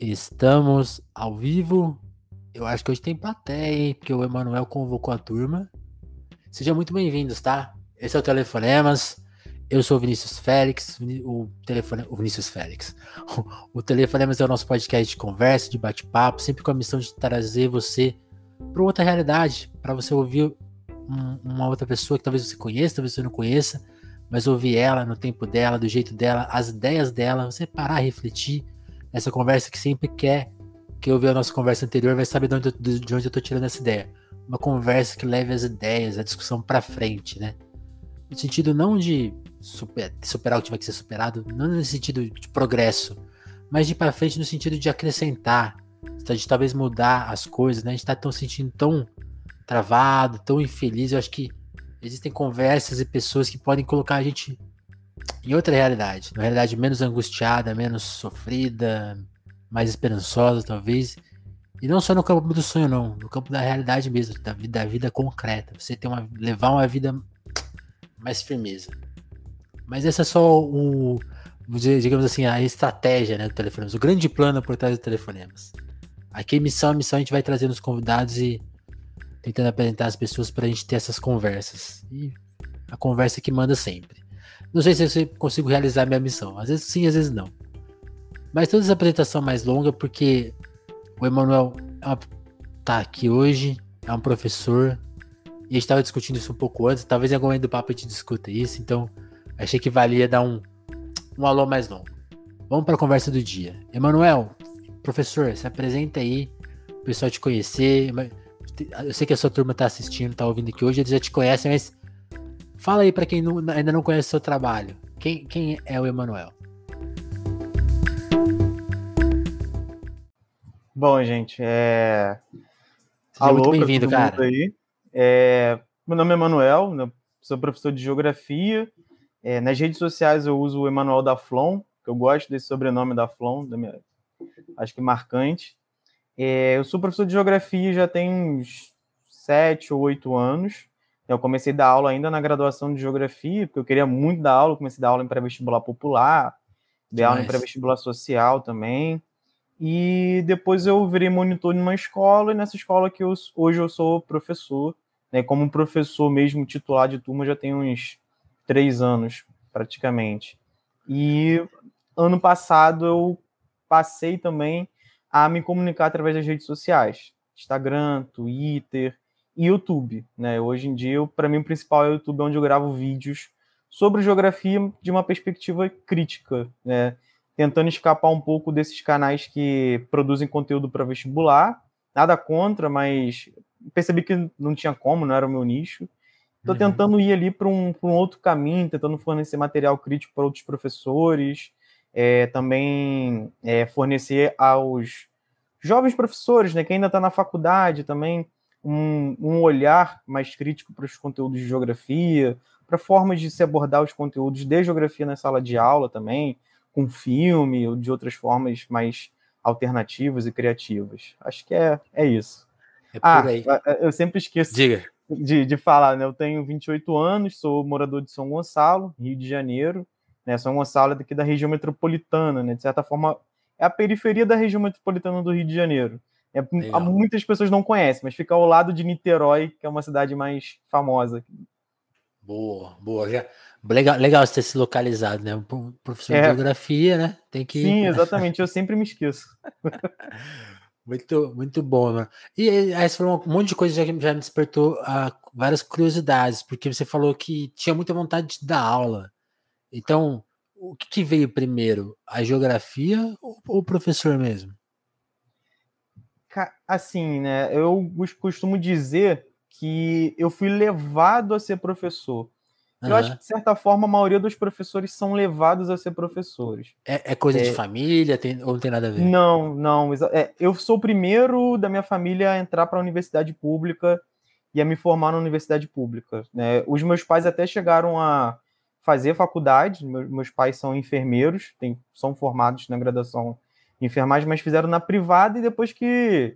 Estamos ao vivo. Eu acho que hoje tem plateia, hein? Porque o Emanuel convocou a turma. Sejam muito bem-vindos, tá? Esse é o Telefonemas. Eu sou o Vinícius Félix. O Vinícius Félix. O Telefonemas é o nosso podcast de conversa, de bate-papo, sempre com a missão de trazer você para outra realidade, para você ouvir uma outra pessoa que talvez você conheça, talvez você não conheça, mas ouvir ela no tempo dela, do jeito dela, as ideias dela, você parar e refletir. Essa conversa que sempre que ouvir a nossa conversa anterior vai saber de onde eu tô tirando essa ideia. Uma conversa que leve as ideias, a discussão pra frente, né? No sentido não de superar o que tiver que ser superado, não no sentido de progresso, mas de ir pra frente no sentido de acrescentar, de talvez mudar as coisas, né? A gente tá tão sentindo tão travado, tão infeliz. Eu acho que existem conversas e pessoas que podem colocar a gente em outra realidade, uma realidade menos angustiada, menos sofrida, mais esperançosa, talvez. E não só no campo do sonho, não, no campo da realidade mesmo, da vida concreta. Você levar uma vida mais firmeza. Mas essa é só digamos assim, a estratégia, né, do Telefonemas, o grande plano por trás do Telefonemas. Aqui, missão a missão, a gente vai trazendo os convidados e tentando apresentar as pessoas pra gente ter essas conversas. E a conversa que manda sempre. Não sei se eu consigo realizar a minha missão. Às vezes sim, às vezes não. Mas toda essa apresentação mais longa, porque o Emanuel tá aqui hoje, é um professor, e a gente estava discutindo isso um pouco antes, talvez em algum momento do papo a gente discuta isso, então achei que valia dar um alô mais longo. Vamos para a conversa do dia. Emanuel, professor, se apresenta aí, o pessoal te conhecer. Eu sei que a sua turma tá assistindo, tá ouvindo aqui hoje, eles já te conhecem, mas fala aí para quem ainda não conhece o seu trabalho. Quem é o Emanuel? Bom, gente, Seja alô muito para bem-vindo, todo mundo cara. aí. Meu nome é Emanuel, né? Sou professor de Geografia. Nas redes sociais eu uso o Emanuel da Flon, que eu gosto desse sobrenome da Flon, acho que marcante. Eu sou professor de Geografia já tem uns 7 ou 8 anos. Eu comecei a dar aula ainda na graduação de Geografia, porque eu queria muito dar aula. Comecei a dar aula em pré-vestibular popular, dei aula em pré-vestibular social também. E depois eu virei monitor numa escola, e nessa escola que hoje eu sou professor, né, como professor mesmo titular de turma já tem uns 3 anos, praticamente. E ano passado eu passei também a me comunicar através das redes sociais, Instagram, Twitter e YouTube, né? Hoje em dia, para mim, o principal é o YouTube, onde eu gravo vídeos sobre geografia de uma perspectiva crítica, né? Tentando escapar um pouco desses canais que produzem conteúdo para vestibular. Nada contra, mas percebi que não tinha como, não era o meu nicho. Estou tentando ir ali para um outro caminho, tentando fornecer material crítico para outros professores, também fornecer aos jovens professores, né, que ainda está na faculdade também, um olhar mais crítico para os conteúdos de geografia, para formas de se abordar os conteúdos de geografia na sala de aula também, com filme ou de outras formas mais alternativas e criativas. Acho que é isso. É por aí. Eu sempre esqueço Diga. de falar, né? Eu tenho 28 anos, sou morador de São Gonçalo, Rio de Janeiro. Né? São Gonçalo é daqui da região metropolitana, né? De certa forma, é a periferia da região metropolitana do Rio de Janeiro. Muitas pessoas não conhecem, mas fica ao lado de Niterói, que é uma cidade mais famosa. Boa. Legal você ter se localizado, né? Um professor de geografia, né? Tem que... Sim, exatamente. Eu sempre me esqueço. Muito bom, mano. E aí você falou um monte de coisa, já me despertou várias curiosidades, porque você falou que tinha muita vontade de dar aula. Então, o que veio primeiro? A geografia ou o professor mesmo? Assim, né? Eu costumo dizer que eu fui levado a ser professor. Eu acho que, de certa forma, a maioria dos professores são levados a ser professores. É coisa de família ou não tem nada a ver? Não. Eu sou o primeiro da minha família a entrar para a universidade pública e a me formar na universidade pública. Né? Os meus pais até chegaram a fazer faculdade. Meus pais são enfermeiros, são formados na graduação em enfermagem, mas fizeram na privada, e depois que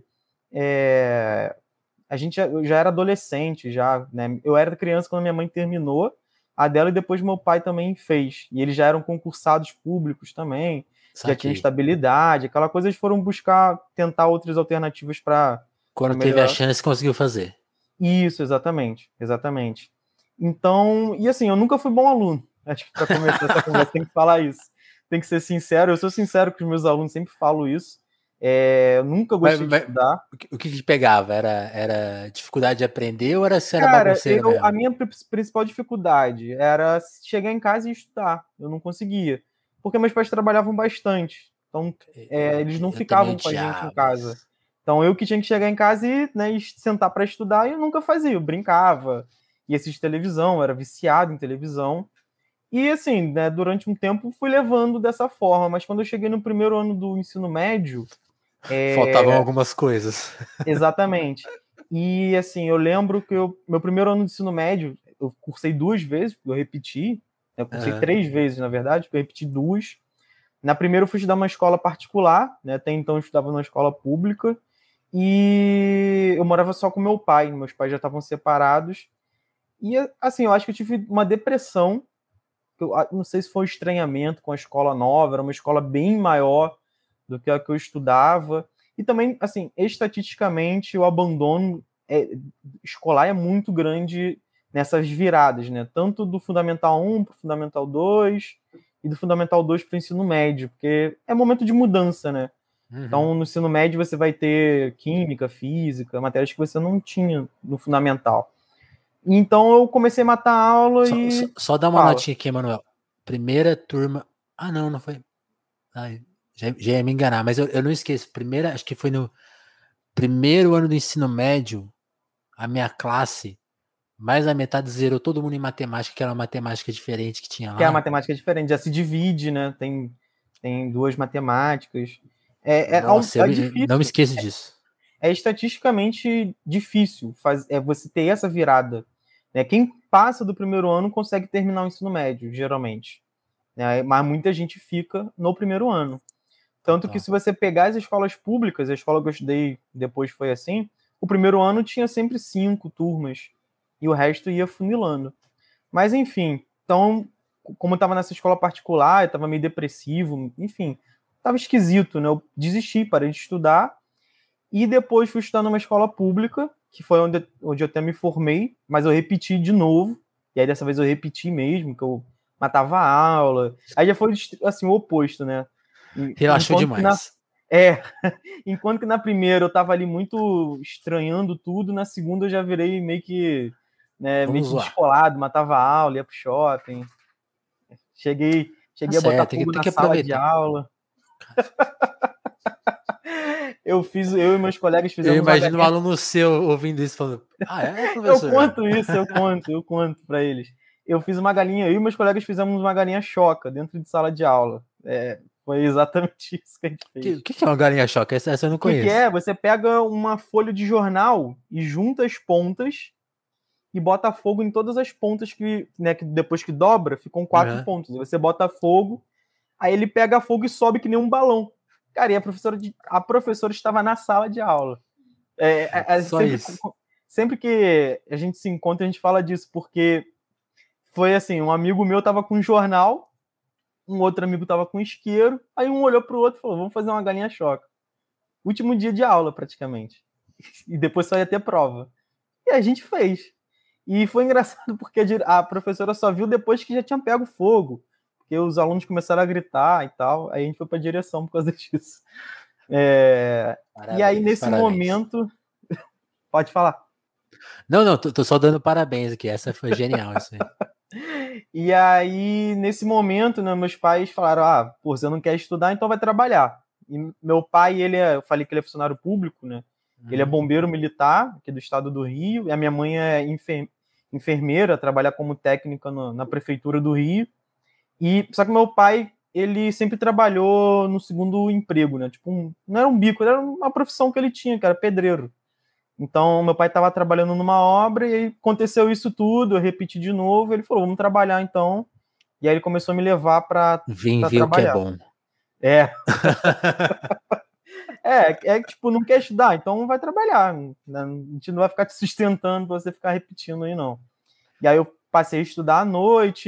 a gente já era adolescente, né? Eu era criança quando minha mãe terminou a dela, e depois meu pai também fez. E eles já eram concursados públicos também. já tinha Saquei. estabilidade, aquela coisa, eles foram buscar, tentar outras alternativas para Quando teve a melhorar. chance, conseguiu fazer. Isso, exatamente, exatamente. Então, e assim, eu nunca fui bom aluno. Acho que para começar essa conversa tem que falar isso. Tem que ser sincero. Eu sou sincero com os meus alunos, sempre falo isso. Eu nunca Mas, gostei de mas estudar. o que pegava? Era dificuldade de aprender ou se era Cara, bagunceiro a mesmo? minha principal dificuldade era chegar em casa e estudar. Eu não conseguia. Porque meus pais trabalhavam bastante. Então, eles não Eu também ficavam com a gente em odiava casa. isso. Então, eu que tinha que chegar em casa e, né, e sentar para estudar, e eu nunca fazia. Eu brincava, ia assistir televisão, eu era viciado em televisão. E, assim, né, durante um tempo fui levando dessa forma. Mas quando eu cheguei no primeiro ano do ensino médio, Faltavam algumas coisas. exatamente. E assim, eu lembro que meu primeiro ano de ensino médio, eu cursei 2 vezes, porque eu repeti, né, eu cursei Aham. 3 vezes, na verdade, porque eu repeti 2. Na primeira eu fui estudar uma escola particular, né? Até então eu estudava numa escola pública, e eu morava só com meu pai, meus pais já estavam separados. E assim, eu acho que eu tive uma depressão, eu não sei se foi um estranhamento com a escola nova, era uma escola bem maior do que a que eu estudava. E também, assim, estatisticamente, o abandono escolar é muito grande nessas viradas, né? Tanto do Fundamental 1 para o Fundamental 2 e do Fundamental 2 para o ensino médio, porque é momento de mudança, né? Uhum. Então, no ensino médio, você vai ter química, física, matérias que você não tinha no fundamental. Então, eu comecei a matar a aula e. Só dar uma Fala. notinha aqui, Manuel. Primeira turma. Ah, não, não foi. Ai, já ia me enganar, mas eu não esqueço. Primeira, acho que foi no primeiro ano do ensino médio, a minha classe, mais da metade zerou todo mundo em matemática, que era uma matemática diferente que tinha Que a lá. matemática é diferente, já se divide, né? Tem duas matemáticas. Nossa, É não me difícil. esqueço disso. É estatisticamente difícil você ter essa virada. Né? Quem passa do primeiro ano consegue terminar o ensino médio, geralmente. Né? Mas muita gente fica no primeiro ano. Tanto que Total. se você pegar as escolas públicas, a escola que eu estudei depois foi assim, o primeiro ano tinha sempre 5 turmas e o resto ia funilando. Mas enfim, então, como eu estava nessa escola particular, eu estava meio depressivo, enfim, estava esquisito, né? Eu desisti, parei de estudar e depois fui estudar numa escola pública, que foi onde eu até me formei, mas eu repeti de novo, e aí dessa vez eu repeti mesmo, que eu matava a aula. Aí já foi assim o oposto, né? Relaxou Enquanto que na demais. é, enquanto que na primeira eu tava ali muito estranhando tudo, na segunda eu já virei meio Vamos que lá. descolado, matava a aula, ia pro shopping. Cheguei, Tá cheguei a botar certo, fogo tem na que sala de aproveitar. aula. Eu e meus colegas Eu fizemos uma imagino um galinha. aluno seu ouvindo isso falando: Ah, é, Eu professor? conto isso, eu conto para eles. Eu fiz uma galinha, eu e meus colegas fizemos uma galinha choca dentro de sala de aula. Foi exatamente isso que a gente O fez. que é uma galinha choque? Essa eu não O que que conheço. é? Você pega uma folha de jornal e junta as pontas e bota fogo em todas as pontas que depois que dobra, ficam 4 Uhum. pontos. Aí você bota fogo, aí ele pega fogo e sobe que nem um balão. Cara, e a professora estava na sala de aula. Só isso. Sempre que a gente se encontra, a gente fala disso, porque foi assim, um amigo meu tava com um jornal, um outro amigo tava com um isqueiro, aí um olhou pro outro e falou, vamos fazer uma galinha choca. Último dia de aula, praticamente. E depois só ia ter prova. E a gente fez. E foi engraçado porque a professora só viu depois que já tinha pego fogo. Porque os alunos começaram a gritar e tal. Aí a gente foi para a direção por causa disso. E aí, Parabéns, nesse parabéns. momento. Pode falar. Não, não, tô só dando parabéns aqui. Essa foi genial, isso aí. E aí, nesse momento, né, meus pais falaram: ah, pô, você não quer estudar, então vai trabalhar. E meu pai, eu falei que ele é funcionário público, né? Ele é Uhum. bombeiro militar aqui do estado do Rio, e a minha mãe é enfermeira, trabalha como técnica na prefeitura do Rio. E só que meu pai, ele sempre trabalhou no segundo emprego, né? Tipo, não era um bico, era uma profissão que ele tinha, que era pedreiro. Então, meu pai estava trabalhando numa obra e aí aconteceu isso tudo, eu repeti de novo, ele falou, vamos trabalhar então. E aí ele começou a me levar para Vim ver o que é trabalhar. bom. É, tipo, não quer estudar, então vai trabalhar. Né? A gente não vai ficar te sustentando para você ficar repetindo aí, não. E aí eu passei a estudar à noite,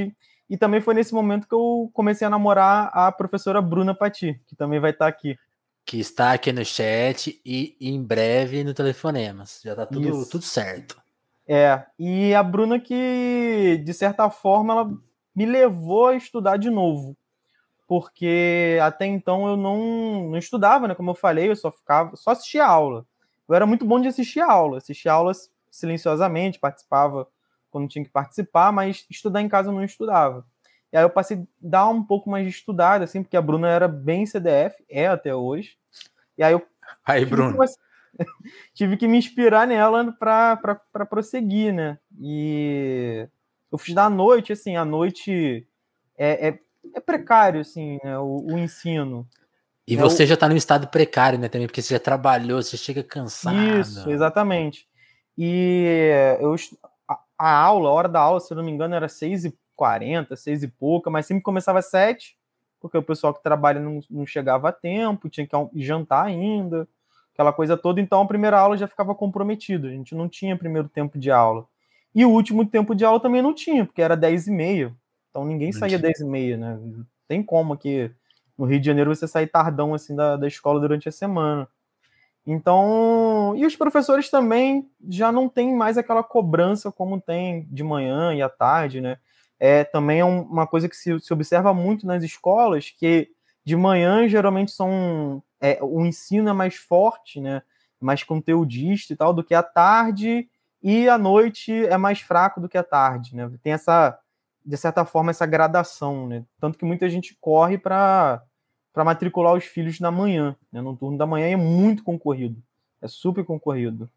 E também foi nesse momento que eu comecei a namorar a professora Bruna Pati, que também vai estar aqui. Que está aqui no chat e em breve no Telefonemas. Já tá tudo, Isso. tudo certo. E a Bruna que, de certa forma, ela me levou a estudar de novo. Porque até então eu não estudava, né? Como eu falei, eu só assistia aula. Eu era muito bom de assistir aulas silenciosamente, participava quando tinha que participar, mas estudar em casa eu não estudava. E aí eu passei a dar um pouco mais de estudada, assim, porque a Bruna era bem CDF, é até hoje. E aí eu Aí, tive que, Bruno. tive que me inspirar nela para prosseguir, né? E eu fiz da noite, assim, a noite é precário, assim, né, o ensino. E Né, você já tá num estado precário, né, também, porque você já trabalhou, você chega isso, cansado. exatamente. E a aula, a hora da aula, se eu não me engano, era 6h40, 6 e pouca, mas sempre começava às 7, porque o pessoal que trabalha não chegava a tempo, tinha que jantar ainda, aquela coisa toda. Então a primeira aula já ficava comprometida, a gente não tinha primeiro tempo de aula. E o último tempo de aula também não tinha, porque era 10h30. Então ninguém saía 10h30, né? Não tem como aqui no Rio de Janeiro você sair tardão assim da escola durante a semana. Então, e os professores também já não têm mais aquela cobrança como tem de manhã e à tarde, né? Também é uma coisa que se observa muito nas escolas, que de manhã geralmente o ensino é mais forte, né? Mais conteudista e tal, do que à tarde, e à noite é mais fraco do que à tarde, né? Tem de certa forma, essa gradação, né? Tanto que muita gente corre para matricular os filhos na manhã, né? No turno da manhã é muito concorrido, é super concorrido.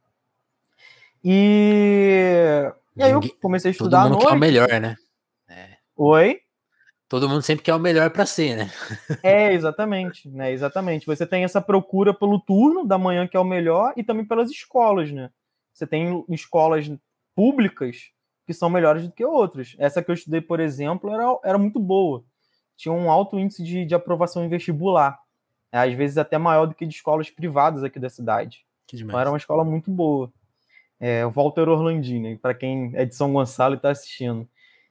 E aí eu comecei a Todo estudar à mundo quer o noite. melhor, né? É. Oi? Todo mundo sempre quer o melhor para ser, né? Exatamente, né? Exatamente. Você tem essa procura pelo turno da manhã, que é o melhor, e também pelas escolas, né? Você tem escolas públicas que são melhores do que outras. Essa que eu estudei, por exemplo, era muito boa. Tinha um alto índice de aprovação em vestibular. Às vezes até maior do que de escolas privadas aqui da cidade. Que Então era demais. uma escola muito boa. O Walter Orlandini, para quem é de São Gonçalo e está assistindo.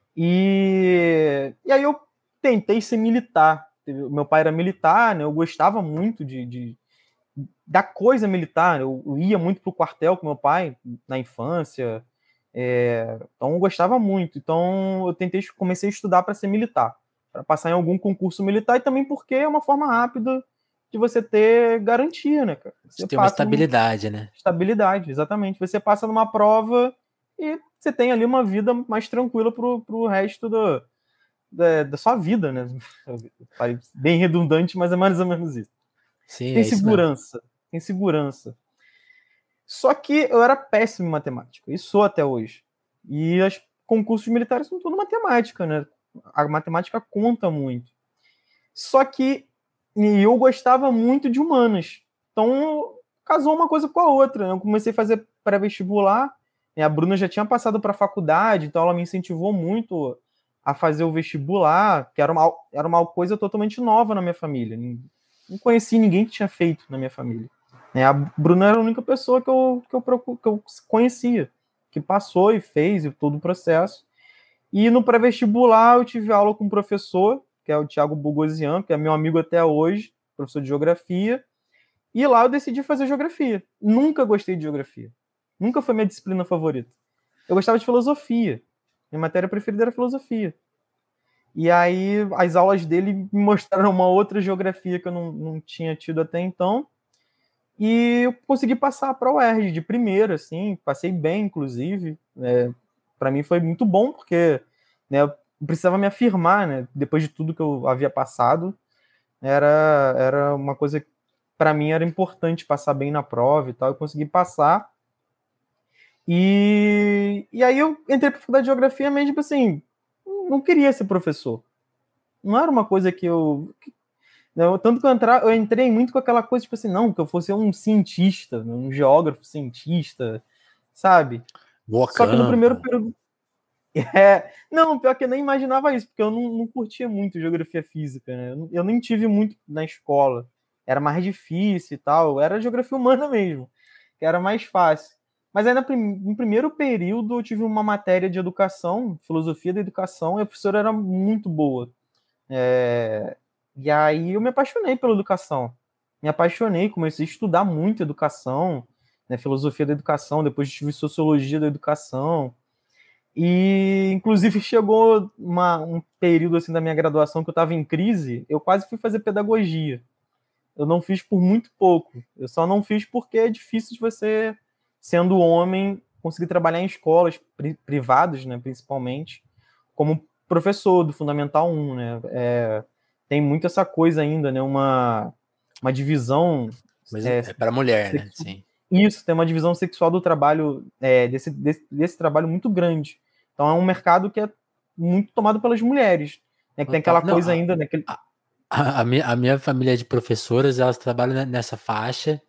E aí eu tentei ser militar. Meu pai era militar, né? Eu gostava muito da coisa militar. Eu ia muito pro quartel com meu pai na infância. Então eu gostava muito. Então eu comecei a estudar para ser militar, para passar em algum concurso militar, e também porque é uma forma rápida de você ter garantia, né, cara? De Você ter uma passa numa estabilidade, né? estabilidade, exatamente. Você passa numa prova e você tem ali uma vida mais tranquila pro resto da sua vida, né? Bem redundante, mas é mais ou menos isso. Sim, Tem é isso mesmo. segurança, tem segurança. Só que eu era péssimo em matemática, e sou até hoje. E os concursos militares são tudo matemática, né? A matemática conta muito. Só que eu gostava muito de humanas. Então, casou uma coisa com a outra, né? Eu comecei a fazer pré-vestibular, né? A Bruna já tinha passado para a faculdade, então ela me incentivou muito a fazer o vestibular, que era uma coisa totalmente nova na minha família. Não conheci ninguém que tinha feito na minha família. Né? A Bruna era a única pessoa que eu conhecia, que passou e fez e todo o processo. E no pré-vestibular eu tive aula com um professor, que é o Thiago Bogosian, que é meu amigo até hoje, professor de geografia. E lá eu decidi fazer geografia. Nunca gostei de geografia. Nunca foi minha disciplina favorita. Eu gostava de filosofia. Minha matéria preferida era filosofia. E aí as aulas dele me mostraram uma outra geografia que eu não tinha tido até então. E eu consegui passar para a UERJ de primeira, assim, passei bem, inclusive. Para mim foi muito bom, porque, né, eu precisava me afirmar, né, depois de tudo que eu havia passado. Era uma coisa que, para mim, era importante passar bem na prova e tal. Eu consegui passar. E aí eu entrei para a faculdade de geografia mesmo, tipo assim, não queria ser professor. Não era uma coisa que eu. Tanto que eu entrei muito com aquela coisa, tipo assim, não, que eu fosse um cientista, um geógrafo cientista, sabe? Vou a Só que no primeiro campo. período. Não, pior que eu nem imaginava isso, porque eu não curtia muito geografia física, né? Eu nem tive muito na escola. Era mais difícil e tal. Era geografia humana mesmo, que era mais fácil. Mas aí no primeiro período eu tive uma matéria de educação, filosofia da educação, e a professora era muito boa. E aí eu me apaixonei pela educação. Me apaixonei, comecei a estudar muito educação, né, filosofia da educação, depois tive sociologia da educação. E, inclusive, chegou um período assim da minha graduação que eu estava em crise, eu quase fui fazer pedagogia. Eu não fiz por muito pouco. Eu só não fiz porque é difícil de você, sendo homem, conseguir trabalhar em escolas privadas, né, principalmente, como professor do Fundamental 1, né? Tem muito essa coisa ainda, né? Uma divisão. Mas é para mulher, né? Sexual. Sim. Isso, tem uma divisão sexual do trabalho, desse trabalho muito grande. Então é um mercado que é muito tomado pelas mulheres, né? Que tem Total. aquela Não, coisa ainda, né? a minha família de professores, elas trabalham nessa faixa.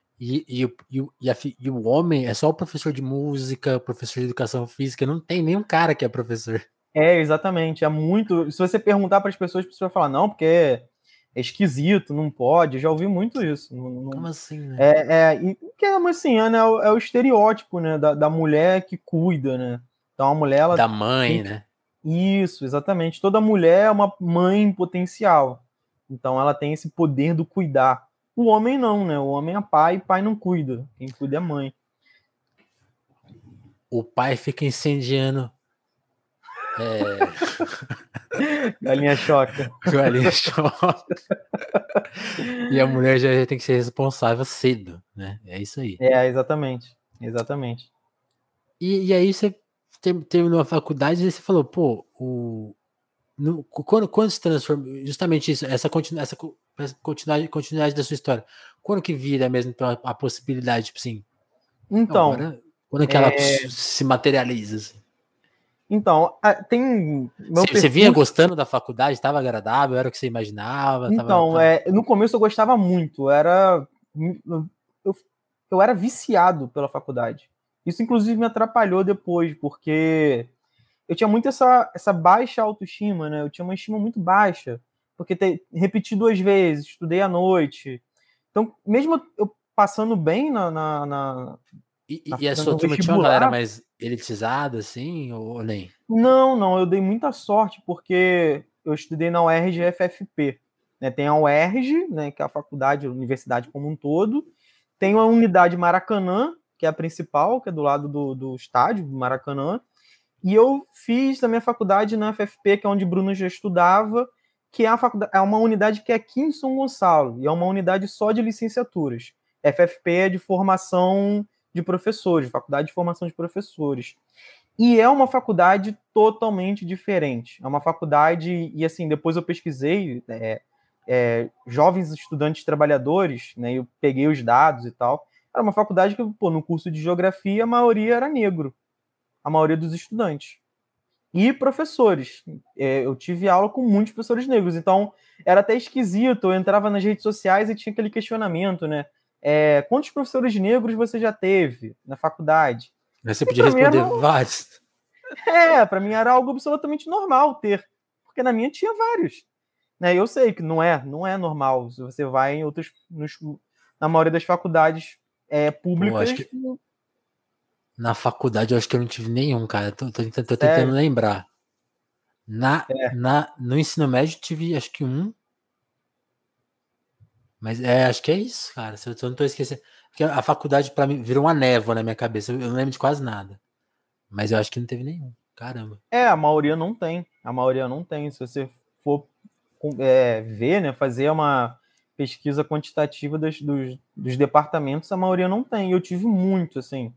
E o homem é só o professor de música, professor de educação física, não tem nenhum cara que é professor. Exatamente. É muito. Se você perguntar para as pessoas vão falar, não, porque é esquisito, não pode. Eu já ouvi muito isso. Como assim, né? Mas assim, né, é o estereótipo, né, da mulher que cuida, né? Então a mulher, ela Da mãe, tem. né? Isso, exatamente. Toda mulher é uma mãe em potencial. Então ela tem esse poder do cuidar. O homem não, né? O homem é pai, pai não cuida. Quem cuida é mãe. O pai fica incendiando Galinha choca. galinha choca. E a mulher já tem que ser responsável cedo, né? É isso aí. Exatamente. Exatamente. E aí você terminou a faculdade e você falou, pô, quando se transforma, justamente isso, essa continuidade da sua história, quando que vira mesmo então, a possibilidade, tipo assim, não, Então, agora, quando que ela se materializa? Assim? Então, tem meu Você vinha percurso. gostando da faculdade? Estava agradável? Era o que você imaginava? Então, no começo eu gostava muito. Eu, eu era viciado pela faculdade. Isso, inclusive, me atrapalhou depois, porque eu tinha muito essa baixa autoestima, né? Eu tinha uma estima muito baixa, porque repeti 2 vezes, estudei à noite. Então, mesmo eu passando bem E a sua no turma tinha uma galera vestibular. mais elitizada, assim, ou nem? Não, eu dei muita sorte porque eu estudei na UERJ FFP. Né? Tem a UERJ, né, que é a faculdade, a universidade como um todo. Tem a unidade Maracanã, que é a principal, que é do lado do estádio do Maracanã. E eu fiz a minha faculdade na FFP, que é onde Bruno já estudava, que é uma unidade que é aqui em São Gonçalo, e é uma unidade só de licenciaturas. FFP é de formação de professores, faculdade de formação de professores. E é uma faculdade totalmente diferente. É uma faculdade, e assim, depois eu pesquisei, jovens estudantes trabalhadores, né, eu peguei os dados e tal. Era uma faculdade que, pô, no curso de geografia, a maioria era negro, a maioria dos estudantes. E professores. Eu tive aula com muitos professores negros, então era até esquisito. Eu entrava nas redes sociais e tinha aquele questionamento, né? Quantos professores negros você já teve na faculdade? Aí você E podia para mim responder vários. para mim era algo absolutamente normal ter, porque na minha tinha vários. Né? Eu sei que não é normal. Se você vai em na maioria das faculdades Pô, acho públicas, que na faculdade eu acho que eu não tive nenhum, cara. Tô tentando sério. lembrar. É. No ensino médio tive acho que um, mas acho que é isso, cara. Se eu não tô esquecendo. Porque a faculdade pra mim virou uma névoa na minha cabeça. Eu não lembro de quase nada. Mas eu acho que não teve nenhum. Caramba. A maioria não tem. A maioria não tem. Se você for ver, né, fazer uma pesquisa quantitativa dos departamentos, a maioria não tem. Eu tive muito, assim.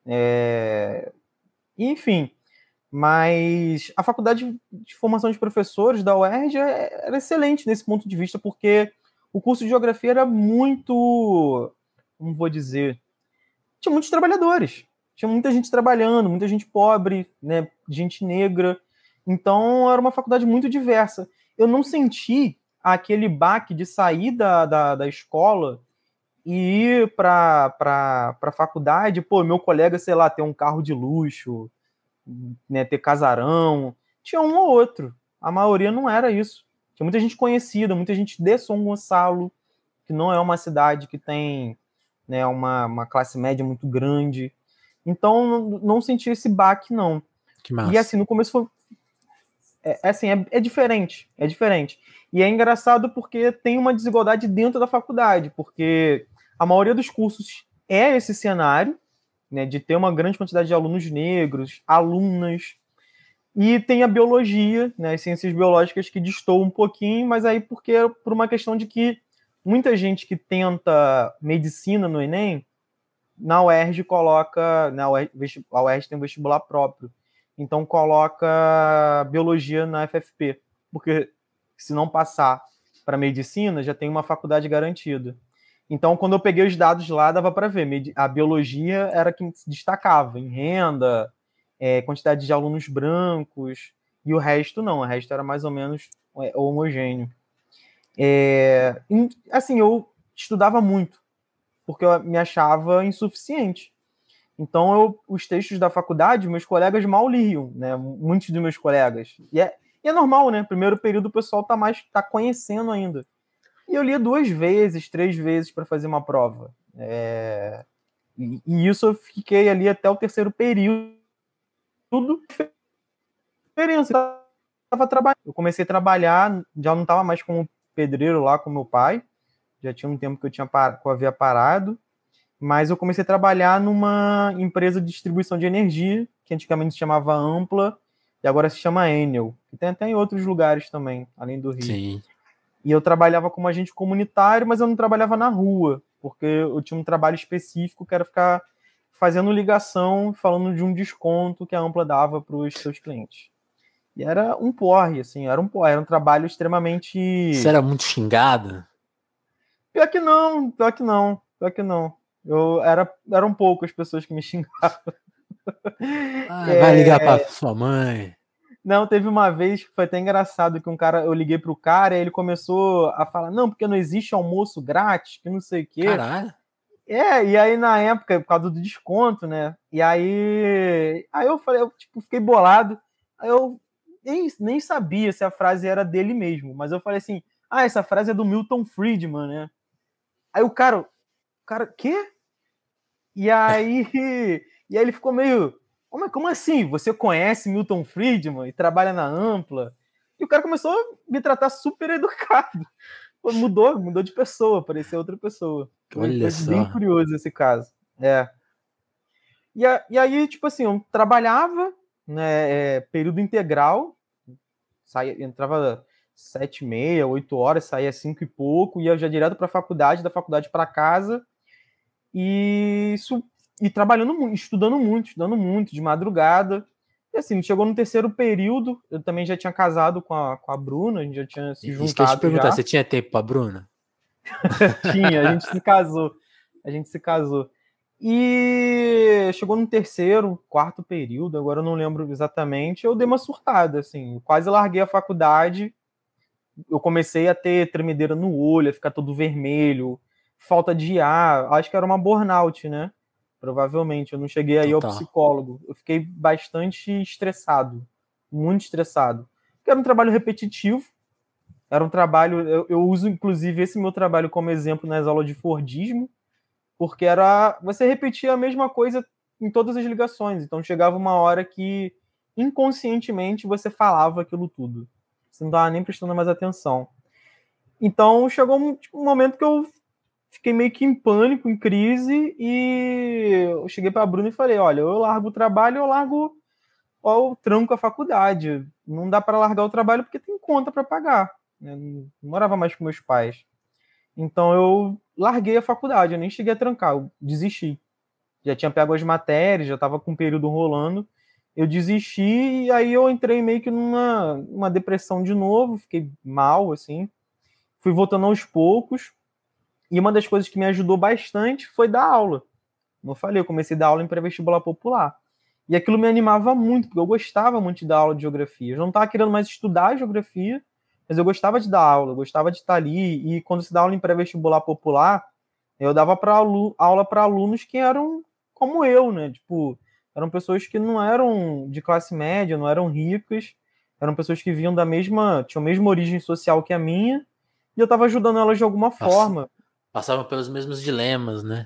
Enfim, mas a faculdade de formação de professores da UERJ era excelente nesse ponto de vista, porque o curso de geografia era muito, como vou dizer, tinha muitos trabalhadores, tinha muita gente trabalhando, muita gente pobre, né, gente negra, então era uma faculdade muito diversa. Eu não senti aquele baque de sair da escola e ir para a faculdade, pô, meu colega, sei lá, ter um carro de luxo, né, ter casarão. Tinha um ou outro. A maioria não era isso. Tinha muita gente conhecida, muita gente de São Gonçalo, que não é uma cidade que tem, né, uma classe média muito grande. Então, não senti esse baque, não. Que massa. E assim, no começo foi... É diferente, é diferente. E é engraçado porque tem uma desigualdade dentro da faculdade, porque a maioria dos cursos é esse cenário, né, de ter uma grande quantidade de alunos negros, alunas, e tem a biologia, né, as ciências biológicas que destoam um pouquinho, mas aí por uma questão de que muita gente que tenta medicina no Enem, na UERJ coloca, a UERJ tem um vestibular próprio, então coloca biologia na FFP, porque se não passar para medicina, já tem uma faculdade garantida. Então, quando eu peguei os dados lá, dava para ver, a biologia era quem se destacava em renda, quantidade de alunos brancos, e o resto não, o resto era mais ou menos homogêneo. Assim, eu estudava muito, porque eu me achava insuficiente. Então, os textos da faculdade, meus colegas mal liam, né? Muitos dos meus colegas. E é normal, né? Primeiro período o pessoal tá conhecendo ainda. E eu lia 2 vezes, 3 vezes para fazer uma prova. E isso eu fiquei ali até o terceiro período. Tudo diferença. Eu comecei a trabalhar, já não estava mais como pedreiro lá com meu pai. Já tinha um tempo que eu havia parado. Mas eu comecei a trabalhar numa empresa de distribuição de energia, que antigamente se chamava Ampla, e agora se chama Enel. E tem até em outros lugares também, além do Rio. Sim. E eu trabalhava como agente comunitário, mas eu não trabalhava na rua, porque eu tinha um trabalho específico que era ficar fazendo ligação, falando de um desconto que a Ampla dava para os seus clientes. E era um porre, assim, era um trabalho extremamente... Você era muito xingado? Pior que não. Eram poucas pessoas que me xingavam. Vai ligar pra sua mãe. Não, teve uma vez que foi até engraçado que eu liguei pro cara e ele começou a falar, não, porque não existe almoço grátis, que não sei o quê. Caralho. E aí na época, por causa do desconto, né? E aí eu falei, eu fiquei bolado. Aí eu nem sabia se a frase era dele mesmo, mas eu falei assim, essa frase é do Milton Friedman, né? Aí o cara, quê? E aí ele ficou meio, como assim? Você conhece Milton Friedman e trabalha na Ampla? E o cara começou a me tratar super educado. Mudou de pessoa, parecia outra pessoa. Foi bem curioso esse caso. E aí, tipo assim, eu trabalhava, né, período integral, entrava 7h30, 8 horas, saía 5 e pouco, ia já direto para a faculdade, da faculdade para casa, e trabalhando muito, estudando muito, de madrugada. E assim, chegou no terceiro período, eu também já tinha casado com a Bruna, a gente já tinha se juntado. Isso que eu ia te perguntar, você tinha tempo pra Bruna? Tinha, a gente se casou. E chegou no terceiro, quarto período, agora eu não lembro exatamente, eu dei uma surtada, assim, eu quase larguei a faculdade, eu comecei a ter tremedeira no olho, a ficar todo vermelho, falta de ar, acho que era uma burnout, né? Provavelmente, eu não cheguei aí ao psicólogo. Eu fiquei bastante estressado, muito estressado. Porque era um trabalho repetitivo, era um trabalho... Eu uso, inclusive, esse meu trabalho como exemplo nas aulas de Fordismo, porque você repetia a mesma coisa em todas as ligações. Então, chegava uma hora que, inconscientemente, você falava aquilo tudo. Você não estava nem prestando mais atenção. Então, chegou um momento que eu fiquei meio que em pânico, em crise, e eu cheguei para a Bruna e falei, olha, eu largo o trabalho, eu tranco a faculdade. Não dá para largar o trabalho porque tem conta para pagar. Eu não morava mais com meus pais. Então eu larguei a faculdade, eu nem cheguei a trancar, eu desisti. Já tinha pego as matérias, já estava com o período rolando. Eu desisti e aí eu entrei meio que numa depressão de novo, fiquei mal, assim. Fui voltando aos poucos. E uma das coisas que me ajudou bastante foi dar aula. Como eu falei, eu comecei a dar aula em pré-vestibular popular. E aquilo me animava muito, porque eu gostava muito de dar aula de geografia. Eu não estava querendo mais estudar geografia, mas eu gostava de dar aula, eu gostava de estar ali. E quando se dá aula em pré-vestibular popular, eu dava aula para alunos que eram como eu, né? Tipo, eram pessoas que não eram de classe média, não eram ricas, eram pessoas que vinham tinham a mesma origem social que a minha, e eu estava ajudando elas de alguma forma. Passavam pelos mesmos dilemas, né?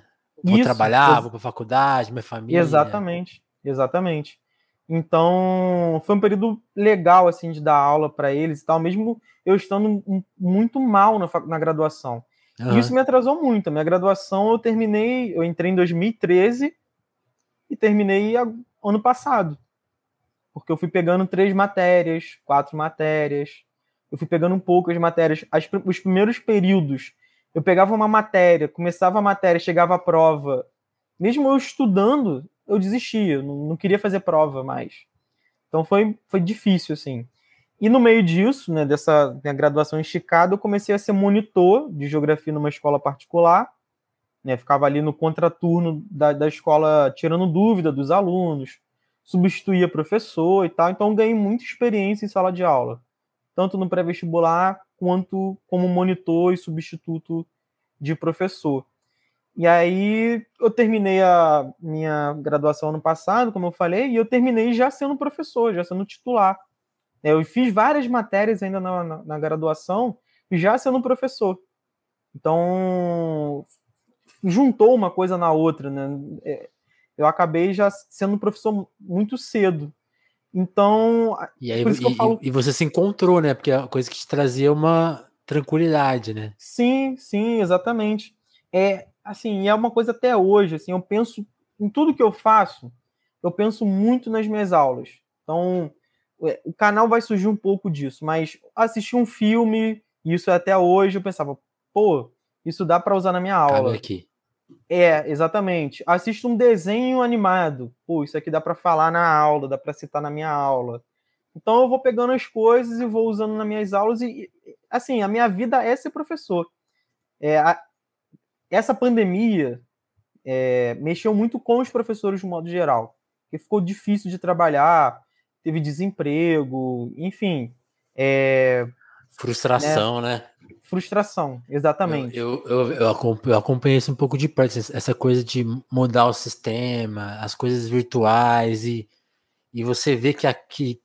Vou Isso, trabalhar, vou pra faculdade, minha família. exatamente. Então, foi um período legal, assim, de dar aula para eles e tal, mesmo eu estando muito mal na graduação. E isso Aham. me atrasou muito. A minha graduação eu entrei em 2013 e terminei ano passado, porque eu fui pegando 3 matérias, 4 matérias, eu fui pegando poucas matérias. Os primeiros períodos, eu pegava uma matéria, começava a matéria, chegava a prova, mesmo eu estudando, eu desistia, não queria fazer prova mais. Então foi difícil, assim. E no meio disso, né, dessa minha graduação esticada, eu comecei a ser monitor de geografia numa escola particular, né, ficava ali no contraturno da escola tirando dúvida dos alunos, substituía professor e tal, então ganhei muita experiência em sala de aula, tanto no pré-vestibular quanto como monitor e substituto de professor. E aí eu terminei a minha graduação ano passado, como eu falei, e eu terminei já sendo professor, já sendo titular. Eu fiz várias matérias ainda na graduação, já sendo professor. Então, juntou uma coisa na outra, né? Eu acabei já sendo professor muito cedo. Então, E aí por isso que eu falo, e você se encontrou, né? Porque é uma coisa que te trazia uma tranquilidade, né? sim, sim, exatamente. Assim, é uma coisa até hoje, assim, eu penso em tudo que eu faço, eu penso muito nas minhas aulas. Então, o canal vai surgir um pouco disso, mas assistir um filme, isso até hoje, eu pensava, pô, isso dá para usar na minha Cabe aula. aqui. Exatamente. Assisto um desenho animado. Pô, isso aqui dá para falar na aula, dá para citar na minha aula. Então eu vou pegando as coisas e vou usando nas minhas aulas assim, a minha vida é ser professor. É, a, Essa pandemia mexeu muito com os professores de modo geral, porque ficou difícil de trabalhar, teve desemprego, enfim, né, Frustração, né? frustração, exatamente. Eu acompanhei isso um pouco de perto, essa coisa de mudar o sistema, as coisas virtuais, e você vê que aqui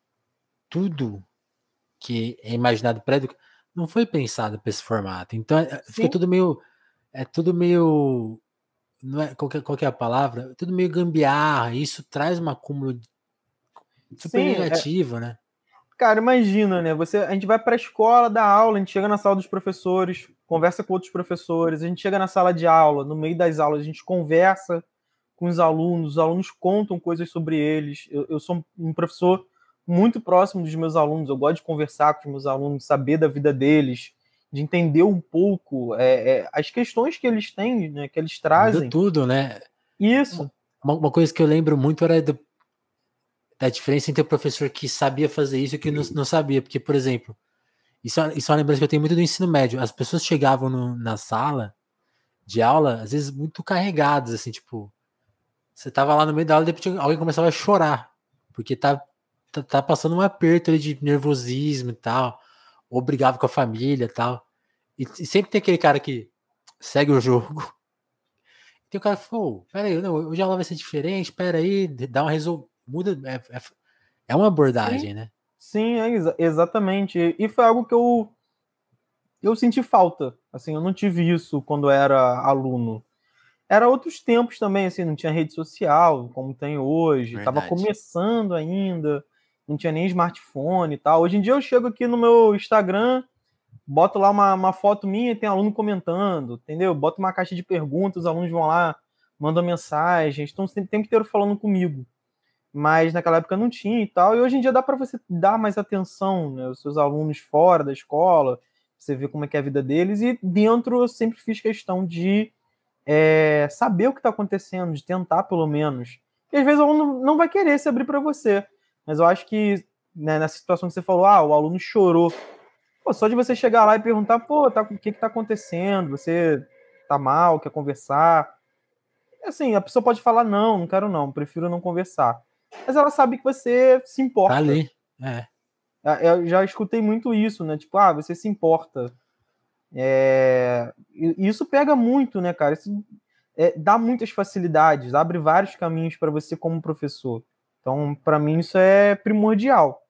tudo que é imaginado para educar não foi pensado para esse formato. Então fica Sim, tudo meio, não é, qual que é a palavra? Tudo meio gambiarra, e isso traz um acúmulo super sim. negativo, né? Cara, imagina, né? A gente vai para a escola, dá aula, a gente chega na sala dos professores, conversa com outros professores, a gente chega na sala de aula, no meio das aulas, a gente conversa com os alunos contam coisas sobre eles. Eu sou um professor muito próximo dos meus alunos, eu gosto de conversar com os meus alunos, saber da vida deles, de entender um pouco as questões que eles têm, né, que eles Muda trazem. tudo, né? Isso, Uma coisa que eu lembro muito era da diferença entre o professor que sabia fazer isso e que não sabia. Porque, por exemplo, isso é uma lembrança que eu tenho muito do ensino médio. As pessoas chegavam na sala de aula, às vezes muito carregadas, assim, tipo, você tava lá no meio da aula e de repente alguém começava a chorar, porque tá passando um aperto ali de nervosismo e tal, ou brigava com a família e tal. E sempre tem aquele cara que segue o jogo. Tem o cara que falou, peraí, não, hoje a aula vai ser diferente, peraí, dá uma muda, é uma sim, abordagem, né? sim, exatamente. E foi algo que eu senti falta. Assim, eu não tive isso quando eu era aluno. Era outros tempos também, assim, não tinha rede social como tem hoje, estava Verdade. começando ainda, não tinha nem smartphone e tal. Hoje em dia eu chego aqui no meu Instagram, boto lá uma foto minha e tem aluno comentando, entendeu? Boto uma caixa de perguntas, os alunos vão lá, mandam mensagens, estão sempre o tempo inteiro falando comigo. Mas naquela época não tinha e tal, e hoje em dia dá para você dar mais atenção, né, aos seus alunos fora da escola, você vê como é que é a vida deles, e dentro eu sempre fiz questão de saber o que está acontecendo, de tentar pelo menos. E às vezes o aluno não vai querer se abrir para você, mas eu acho que, né, nessa situação que você falou, o aluno chorou. Pô, só de você chegar lá e perguntar, pô, o que está acontecendo? Você tá mal, quer conversar? Assim, a pessoa pode falar, não, não quero não, prefiro não conversar. Mas ela sabe que você se Tá importa. ali. É. Eu já escutei muito isso, né? Tipo, você se importa. E isso pega muito, né, cara? Isso dá muitas facilidades, abre vários caminhos para você como professor. Então, para mim, isso é primordial.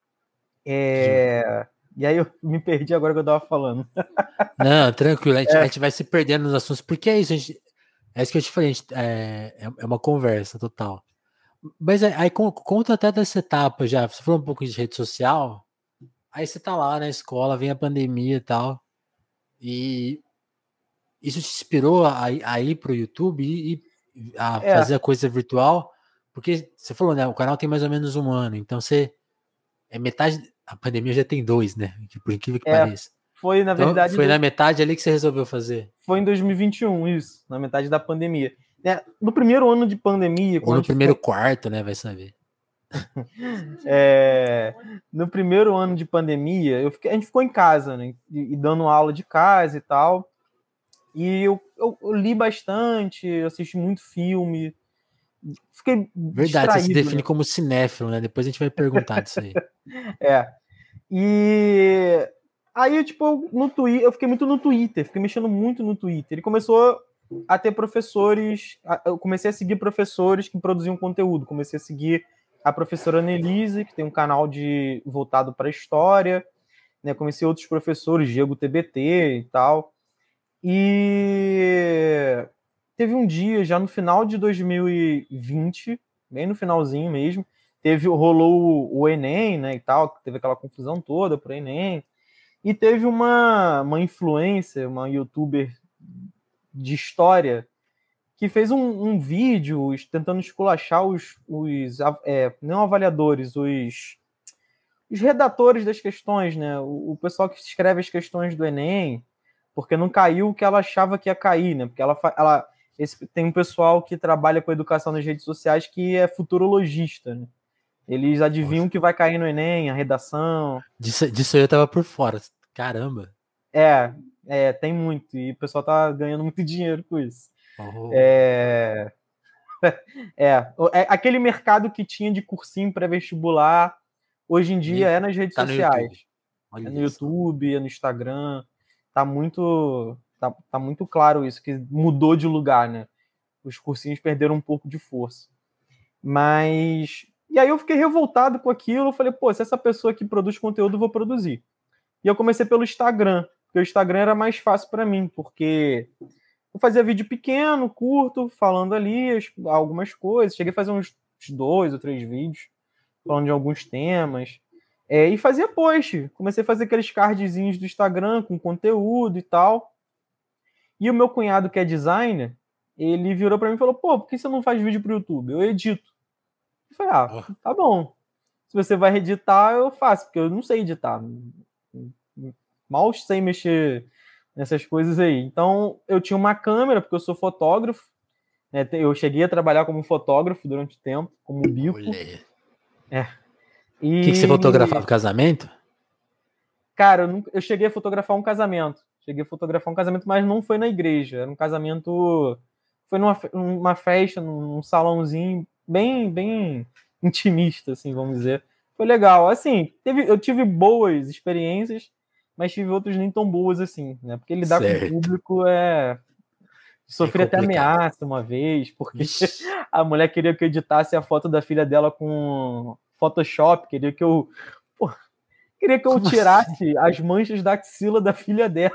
E aí eu me perdi agora que eu estava falando. Não, tranquilo, a gente vai se perdendo nos assuntos, porque é isso, É isso que eu te falei, é uma conversa total. Mas aí conta até dessa etapa já. Você falou um pouco de rede social, aí você tá lá na escola, vem a pandemia e tal, e isso te inspirou a ir pro YouTube e a É, fazer a coisa virtual? Porque você falou, né? O canal tem mais ou menos um ano, então você é metade. A pandemia já tem 2, né? Por incrível que é, pareça. foi, na Então verdade, foi na metade ali que você resolveu fazer. foi em 2021, isso, na metade da pandemia. No primeiro ano de pandemia, Ou quando a no gente primeiro ficou, quarto, né? Vai saber. no primeiro ano de pandemia, a gente ficou em casa, né? E dando aula de casa e tal. E eu li bastante, eu assisti muito filme, fiquei Verdade, você se distraído, define né? como cinéfilo, né? Depois a gente vai perguntar disso aí. É. E aí, tipo, no Twitter, eu fiquei muito no Twitter, fiquei mexendo muito no Twitter. E começou a ter professores, eu comecei a seguir professores que produziam conteúdo. Comecei a seguir a professora Annelise, que tem um canal voltado para história, né? Comecei outros professores, Diego TBT e tal. E teve um dia, já no final de 2020, bem no finalzinho mesmo, rolou o Enem, né, e tal, teve aquela confusão toda pro Enem, e teve uma influencer, uma youtuber de história, que fez um vídeo tentando esculachar não avaliadores, os redatores das questões, né, o pessoal que escreve as questões do Enem, porque não caiu o que ela achava que ia cair, né? Porque tem um pessoal que trabalha com educação nas redes sociais que é futurologista, né? Eles adivinham Nossa. o que vai cair no Enem, a redação. Disso aí eu tava por fora. Caramba. É, tem muito. E o pessoal tá ganhando muito dinheiro com isso. Oh, É, é aquele mercado que tinha de cursinho pré-vestibular, hoje em dia nem é nas redes tá no sociais. YouTube. É no Olha só. YouTube, é no Instagram. Tá muito claro isso, que mudou de lugar, né? Os cursinhos perderam um pouco de força. Mas. E aí eu fiquei revoltado com aquilo. Eu falei, pô, se essa pessoa que produz conteúdo, eu vou produzir. E eu comecei pelo Instagram, porque o Instagram era mais fácil para mim, porque eu fazia vídeo pequeno, curto, falando ali algumas coisas. Cheguei a fazer uns 2 ou 3 vídeos falando de alguns temas. E fazia post. Comecei a fazer aqueles cardzinhos do Instagram com conteúdo e tal. E o meu cunhado, que é designer, ele virou para mim e falou: pô, por que você não faz vídeo pro YouTube? Eu edito. Eu falei: ah, Oh, tá bom. Se você vai editar, eu faço, porque eu não sei editar. Mal sei mexer nessas coisas aí. Então, eu tinha uma câmera, porque eu sou fotógrafo. Né? Eu cheguei a trabalhar como fotógrafo durante o tempo, como bico. olha. É. O que você E, fotografava? Casamento? cara, eu cheguei a fotografar um casamento. Cheguei a fotografar um casamento, mas não foi na igreja. Era um casamento. Foi numa festa, num salãozinho bem intimista, assim, vamos dizer. Foi legal. Assim, eu tive boas experiências, mas tive outras nem tão boas assim, né? Porque lidar com o Certo. público É Sofri até complicado. ameaça uma vez, porque Vixe. a mulher queria que eu editasse a foto da filha dela com Photoshop, queria que eu Como assim? tirasse as manchas da axila da filha dela,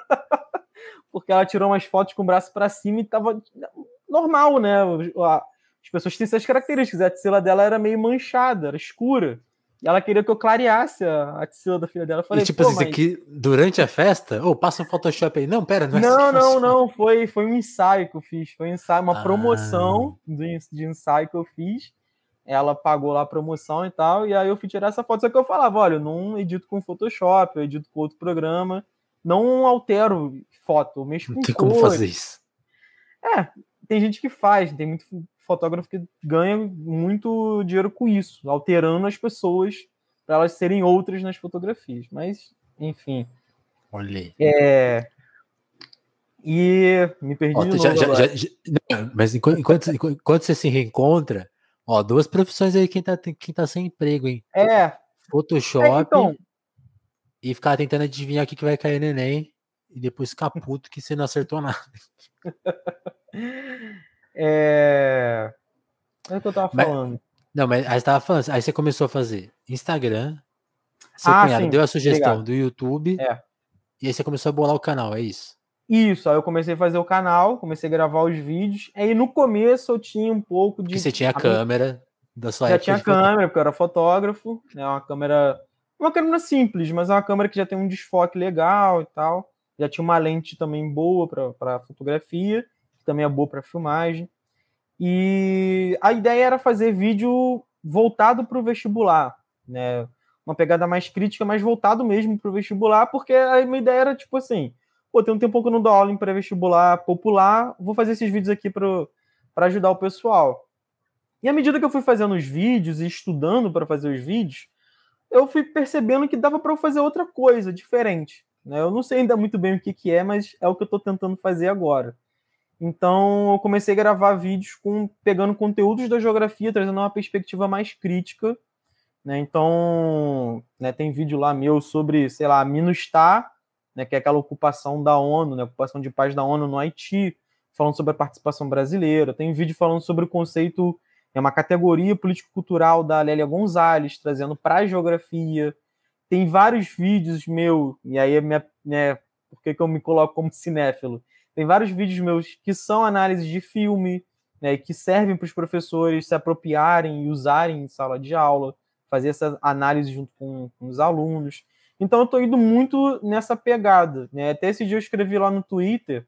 porque ela tirou umas fotos com o braço para cima e tava normal, né? As pessoas têm essas características. A axila dela era meio manchada, era escura. E ela queria que eu clareasse a axila da filha dela. Eu E falei, tipo pô, assim, isso mas. aqui durante a festa? Ou passa um Photoshop aí. Não, pera, não é assim que Não, não, funciona. não. Foi um ensaio que eu fiz. Foi um ensaio, uma Ah, promoção de ensaio que eu fiz. Ela pagou lá a promoção e tal, e aí eu fui tirar essa foto. Só que eu falava, olha, eu não edito com Photoshop, eu edito com outro programa, não altero foto, eu mexo não com tem como fazer cores. isso. É, tem gente que faz, tem muito fotógrafo que ganha muito dinheiro com isso, alterando as pessoas para elas serem outras nas fotografias. Mas, enfim. Olha aí. E me perdi Ó, de novo agora. não, mas enquanto você se reencontra, ó, duas profissões aí quem tá sem emprego, hein? É, então, Photoshop e ficar tentando adivinhar o que vai cair no Enem e depois ficar puto que você não acertou nada. é o que eu tava Mas, falando. não, mas aí você tava falando, aí você começou a fazer Instagram, seu Ah, cunhado sim, deu a sugestão obrigado. do YouTube É. e aí você começou a bolar o canal, é isso? Isso, aí eu comecei a fazer o canal, comecei a gravar os vídeos. Aí no começo eu tinha um pouco de. Porque você tinha a câmera da sua Já época tinha de foto. câmera, porque eu era fotógrafo, né? Uma câmera simples, mas é uma câmera que já tem um desfoque legal e tal. Já tinha uma lente também boa para fotografia, que também é boa para filmagem. E a ideia era fazer vídeo voltado para o vestibular, né? Uma pegada mais crítica, mas voltado mesmo para o vestibular, porque a minha ideia era tipo assim: pô, tem um tempo que eu não dou aula em pré-vestibular popular, vou fazer esses vídeos aqui para ajudar o pessoal. E à medida que eu fui fazendo os vídeos e estudando para fazer os vídeos, eu fui percebendo que dava para eu fazer outra coisa diferente, né? Eu não sei ainda muito bem o que, que é, mas é o que eu estou tentando fazer agora. Então, eu comecei a gravar vídeos pegando conteúdos da geografia, trazendo uma perspectiva mais crítica, né? Então, né, tem vídeo lá meu sobre, sei lá, a MINUSTAH, né, que é aquela ocupação da ONU, né, ocupação de paz da ONU no Haiti, falando sobre a participação brasileira. Tem vídeo falando sobre o conceito, é uma categoria político-cultural da Lélia Gonzalez, trazendo para a geografia. Tem vários vídeos meus, e aí por que eu me coloco como cinéfilo? Tem vários vídeos meus que são análises de filme, né, que servem para os professores se apropriarem e usarem em sala de aula, fazer essa análise junto com os alunos. Então eu estou indo muito nessa pegada, né? Até esse dia eu escrevi lá no Twitter,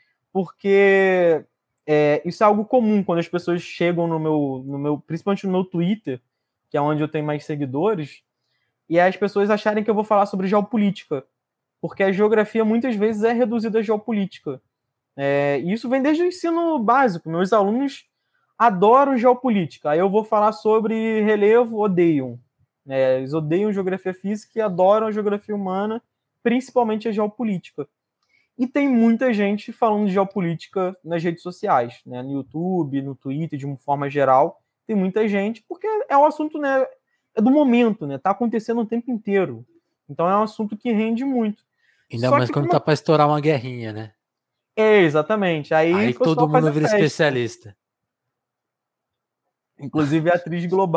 porque isso é algo comum quando as pessoas chegam no meu, principalmente no meu Twitter, que é onde eu tenho mais seguidores, e as pessoas acharem que eu vou falar sobre geopolítica, porque a geografia muitas vezes é reduzida a geopolítica. E isso vem desde o ensino básico. Meus alunos adoram geopolítica. Aí eu vou falar sobre relevo, odeiam. Eles odeiam geografia física e adoram a geografia humana, principalmente a geopolítica. E tem muita gente falando de geopolítica nas redes sociais, né? No YouTube, no Twitter, de uma forma geral. Tem muita gente, porque é um assunto, né, é do momento, né? Tá acontecendo o tempo inteiro. Então é um assunto que rende muito. Ainda Só mais que quando tá pra estourar uma guerrinha, né? exatamente. Aí Aí o todo pessoal faz mundo a vira festa. especialista. Inclusive a atriz global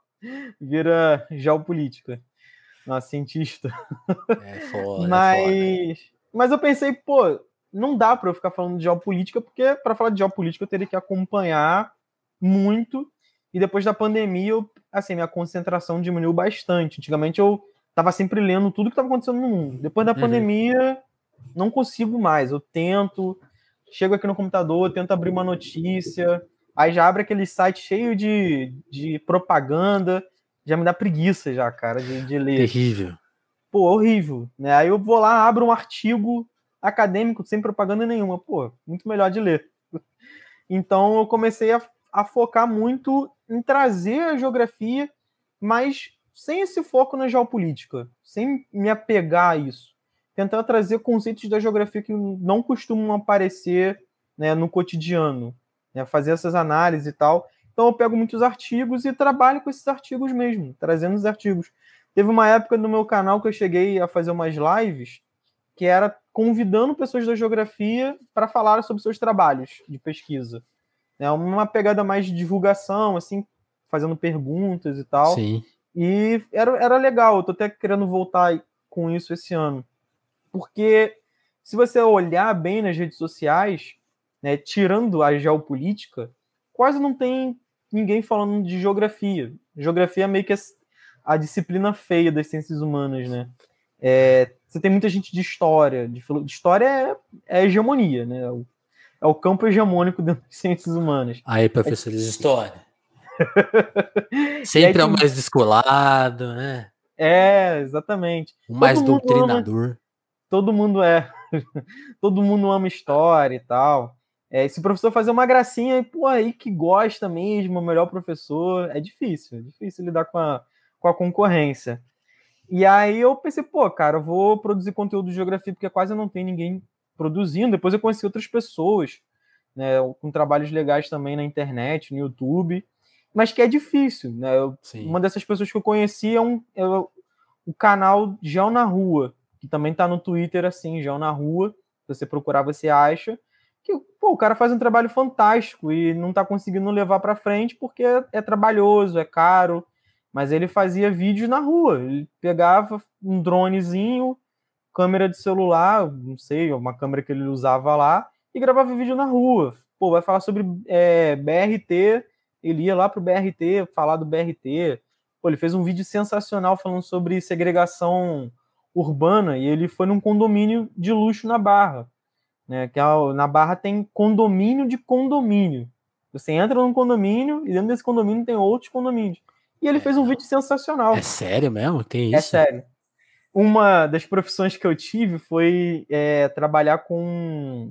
vira geopolítica. Uma cientista. É foda, é foda. Mas eu pensei, pô, não dá para eu ficar falando de geopolítica, porque para falar de geopolítica eu teria que acompanhar muito. E depois da pandemia, assim, minha concentração diminuiu bastante. Antigamente eu estava sempre lendo tudo que estava acontecendo no mundo. Depois da pandemia, não consigo mais. Eu tento, chego aqui no computador, tento abrir uma notícia, aí já abre aquele site cheio de propaganda, já me dá preguiça já, cara, de ler. Terrível. Pô, horrível, né? Aí eu vou lá, abro um artigo acadêmico sem propaganda nenhuma. Pô, muito melhor de ler. Então eu comecei a focar muito em trazer a geografia, mas sem esse foco na geopolítica, sem me apegar a isso. Tentar trazer conceitos da geografia que não costumam aparecer, né, no cotidiano, né, fazer essas análises e tal. Então eu pego muitos artigos e trabalho com esses artigos mesmo, trazendo os artigos. Teve uma época no meu canal que eu cheguei a fazer umas lives que era convidando pessoas da geografia para falar sobre seus trabalhos de pesquisa. É uma pegada mais de divulgação, assim, fazendo perguntas e tal. Sim. E era legal, eu tô até querendo voltar com isso esse ano. Porque se você olhar bem nas redes sociais, né, tirando a geopolítica, quase não tem ninguém falando de geografia. Geografia é meio que a disciplina feia das ciências humanas, né? Você tem muita gente de história. De história é hegemonia, né? É o campo hegemônico das ciências humanas. Aí, professor de história. E aí Sempre é o mais descolado, né? Exatamente. O mais doutrinador. Todo mundo todo mundo ama história e tal. Se o professor fazer uma gracinha, pô, aí que gosta mesmo, o melhor professor, é difícil lidar com a concorrência. E aí eu pensei, pô, cara, eu vou produzir conteúdo de geografia, porque quase não tem ninguém produzindo. Depois eu conheci outras pessoas, né, com trabalhos legais também na internet, no YouTube, mas que é difícil, né? Uma dessas pessoas que eu conheci é o canal Geo na Rua, que também tá no Twitter, assim, Geo na Rua. Se você procurar, você acha. Que, pô, o cara faz um trabalho fantástico e não tá conseguindo levar para frente porque é trabalhoso, é caro. Mas ele fazia vídeos na rua. Ele pegava um dronezinho, câmera de celular, não sei, uma câmera que ele usava lá, e gravava vídeo na rua. Pô, vai falar sobre BRT, ele ia lá pro BRT, falar do BRT. Pô, ele fez um vídeo sensacional falando sobre segregação urbana, e ele foi num condomínio de luxo na Barra, né? Que na Barra tem condomínio de condomínio. Você entra num condomínio, e dentro desse condomínio tem outros condomínios. E ele fez um vídeo sensacional. É sério mesmo? Tem É isso? sério. Uma das profissões que eu tive foi trabalhar com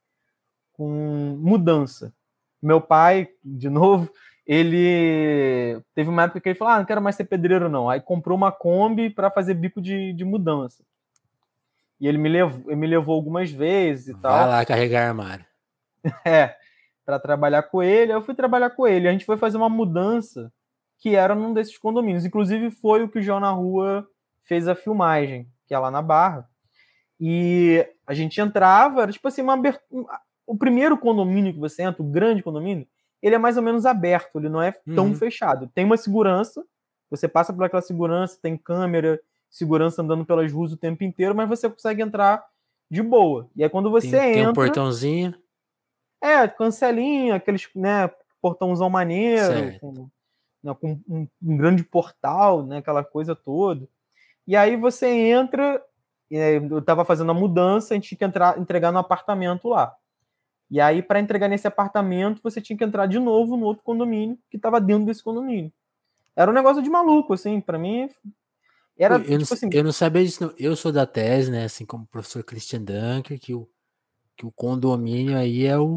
mudança. Meu pai, de novo, ele teve uma época que ele falou: não quero mais ser pedreiro, não. Aí comprou uma Kombi para fazer bico de mudança. E ele me levou algumas vezes e tal. Vai lá carregar armário. Para trabalhar com ele. Eu fui trabalhar com ele. A gente foi fazer uma mudança que era num desses condomínios. Inclusive, foi o que o João na Rua fez a filmagem, que é lá na Barra. E a gente entrava, era tipo assim, o primeiro condomínio que você entra, o grande condomínio, ele é mais ou menos aberto, ele não é tão fechado. Tem uma segurança, você passa por aquela segurança, tem câmera, segurança andando pelas ruas o tempo inteiro, mas você consegue entrar de boa. E aí quando você entra... Tem um portãozinho. Cancelinha, aqueles, né, portãozão maneiro, com um grande portal, né, aquela coisa toda. E aí você entra, eu estava fazendo a mudança, a gente tinha que entregar no apartamento lá. E aí, para entregar nesse apartamento, você tinha que entrar de novo no outro condomínio, que estava dentro desse condomínio. Era um negócio de maluco, assim, para mim. Era, Eu não sabia disso, não. Eu sou da tese, né, assim como o professor Christian Dunker, que o condomínio aí é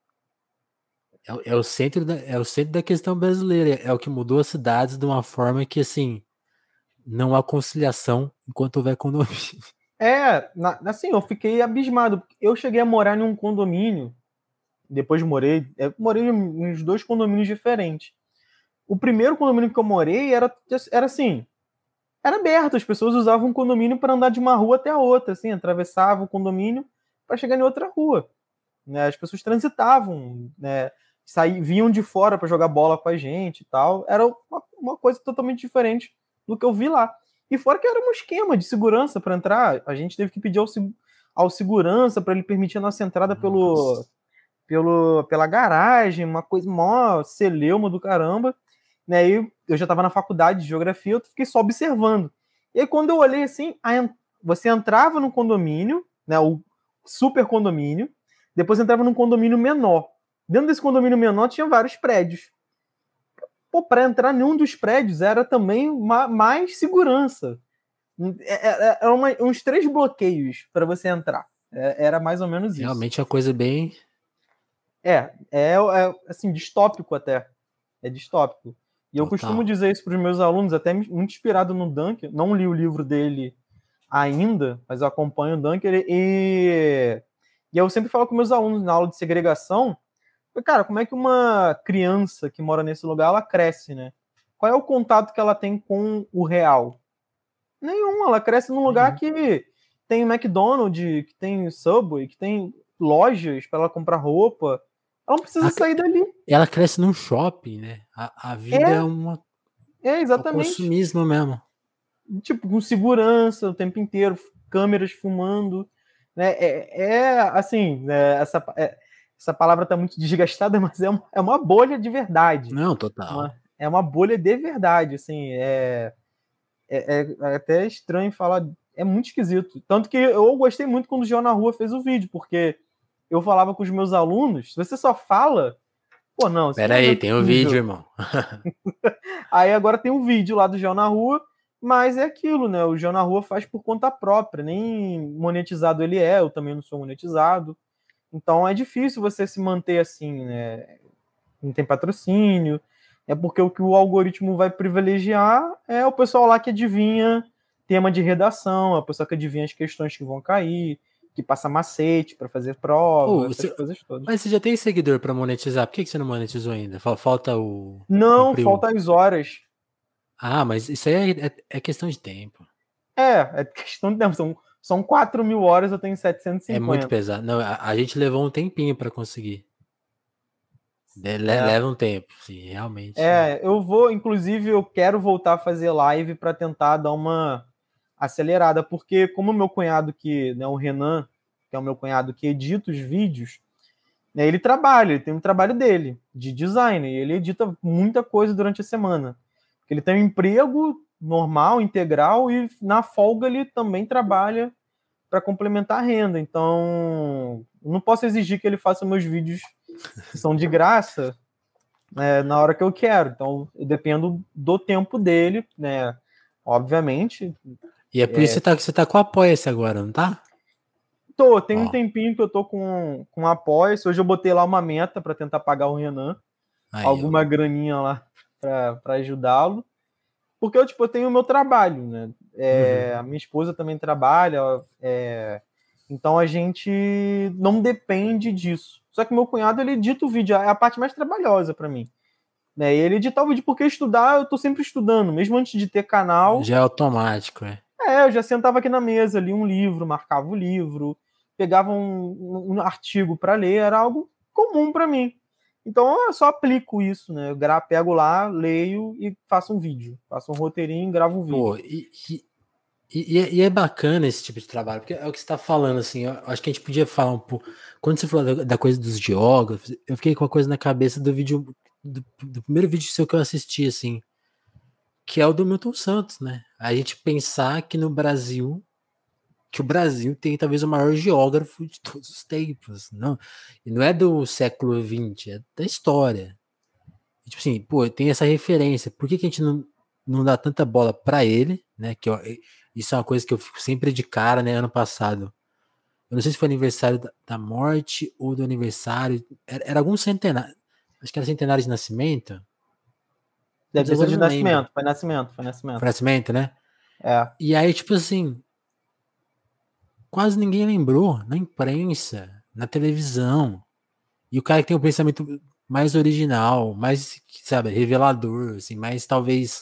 o centro da questão brasileira, é o que mudou as cidades de uma forma que, assim, não há conciliação enquanto houver condomínio. Assim, eu fiquei abismado. Eu cheguei a morar em um condomínio, depois morei em uns 2 condomínios diferentes. O primeiro condomínio que eu morei era assim, era aberto, as pessoas usavam o condomínio para andar de uma rua até a outra, assim, atravessavam o condomínio para chegar em outra rua. Né? As pessoas transitavam, né? Vinham de fora para jogar bola com a gente e tal. Era uma coisa totalmente diferente do que eu vi lá. E fora que era um esquema de segurança para entrar, a gente teve que pedir ao segurança para ele permitir a nossa entrada pela garagem, uma coisa mó celeuma do caramba. Né? E eu já estava na faculdade de geografia, eu fiquei só observando. E aí, quando eu olhei assim, você entrava no condomínio, né, o super condomínio, depois entrava num condomínio menor. Dentro desse condomínio menor tinha vários prédios. Pô, para entrar em um dos prédios era também mais segurança. Eram uns 3 bloqueios para você entrar. Era mais ou menos isso. Realmente é uma coisa bem... assim, distópico até. É distópico. E eu costumo dizer isso para os meus alunos, até muito inspirado no Dunker. Não li o livro dele ainda, mas eu acompanho o Dunker. E eu sempre falo com meus alunos na aula de segregação, cara, como é que uma criança que mora nesse lugar, ela cresce, né? Qual é o contato que ela tem com o real? Nenhum. Ela cresce num lugar que tem McDonald's, que tem Subway, que tem lojas para ela comprar roupa. Ela não precisa sair dali. Ela cresce num shopping, né? A vida é uma... exatamente. É um consumismo mesmo. Tipo, com segurança o tempo inteiro, câmeras filmando. Né? Assim, essa palavra está muito desgastada, mas é uma bolha de verdade. Não, total. É uma bolha de verdade, assim. É até estranho falar, é muito esquisito. Tanto que eu gostei muito quando o João na Rua fez o vídeo, porque eu falava com os meus alunos, se você só fala, pô, não... Pera aí, tem um vídeo, irmão. Aí agora tem um vídeo lá do João na Rua, mas é aquilo, né? O João na Rua faz por conta própria, nem monetizado ele eu também não sou monetizado. Então é difícil você se manter assim, né? Não tem patrocínio. É porque o que o algoritmo vai privilegiar é o pessoal lá que adivinha tema de redação, é o pessoal que adivinha as questões que vão cair, que passa macete para fazer prova, essas coisas todas. Mas você já tem seguidor para monetizar, por que você não monetizou ainda? Falta o... Não, falta as horas. Ah, mas isso aí é questão de tempo. É questão de tempo. São 4.000 horas, eu tenho 750. É muito pesado. Não, a gente levou um tempinho para conseguir. Leva um tempo, sim, realmente. Inclusive, eu quero voltar a fazer live para tentar dar uma acelerada, porque como o meu cunhado né, o Renan, que é o meu cunhado que edita os vídeos, né, ele tem um trabalho dele, de design, e ele edita muita coisa durante a semana. Ele tem um emprego normal, integral, e na folga ele também trabalha para complementar a renda. Então, não posso exigir que ele faça meus vídeos que são de graça, né, na hora que eu quero. Então, eu dependo do tempo dele, né? Obviamente. E é por isso que você tá com o Apoia-se agora, não tá? Tem um tempinho que eu tô com apoio. Hoje eu botei lá uma meta para tentar pagar o Renan. Aí, alguma graninha lá para ajudá-lo. Porque eu tenho o meu trabalho, né? A minha esposa também trabalha, então a gente não depende disso. Só que meu cunhado, ele edita o vídeo, é a parte mais trabalhosa para mim. Né? Ele edita o vídeo, porque estudar, eu tô sempre estudando, mesmo antes de ter canal. Já é automático, eu já sentava aqui na mesa, lia um livro, marcava o livro, pegava um artigo para ler, era algo comum para mim. Então eu só aplico isso, né? Eu pego lá, leio e faço um vídeo. Faço um roteirinho e gravo um vídeo. Pô, e é bacana esse tipo de trabalho, porque é o que você tá falando, assim, eu acho que a gente podia falar um pouco. Quando você falou da coisa dos geógrafos, eu fiquei com uma coisa na cabeça do vídeo, do primeiro vídeo seu que eu assisti, assim, que é o do Milton Santos, né? A gente pensar que no Brasil, que o Brasil tem talvez o maior geógrafo de todos os tempos, não? E não é do século XX, é da história. E, tipo assim, pô, tem essa referência. Por que a gente não dá tanta bola pra ele, né? Isso é uma coisa que eu fico sempre de cara, né? Ano passado, eu não sei se foi aniversário da morte ou do aniversário, era algum centenário, acho que era centenário de nascimento. Deve Putz, ter sido agora eu de não lembro. nascimento, foi nascimento. Foi nascimento, né? É. E aí, tipo assim, quase ninguém lembrou na imprensa, na televisão. E o cara que tem o pensamento mais original, mais, sabe, revelador, assim, mais talvez.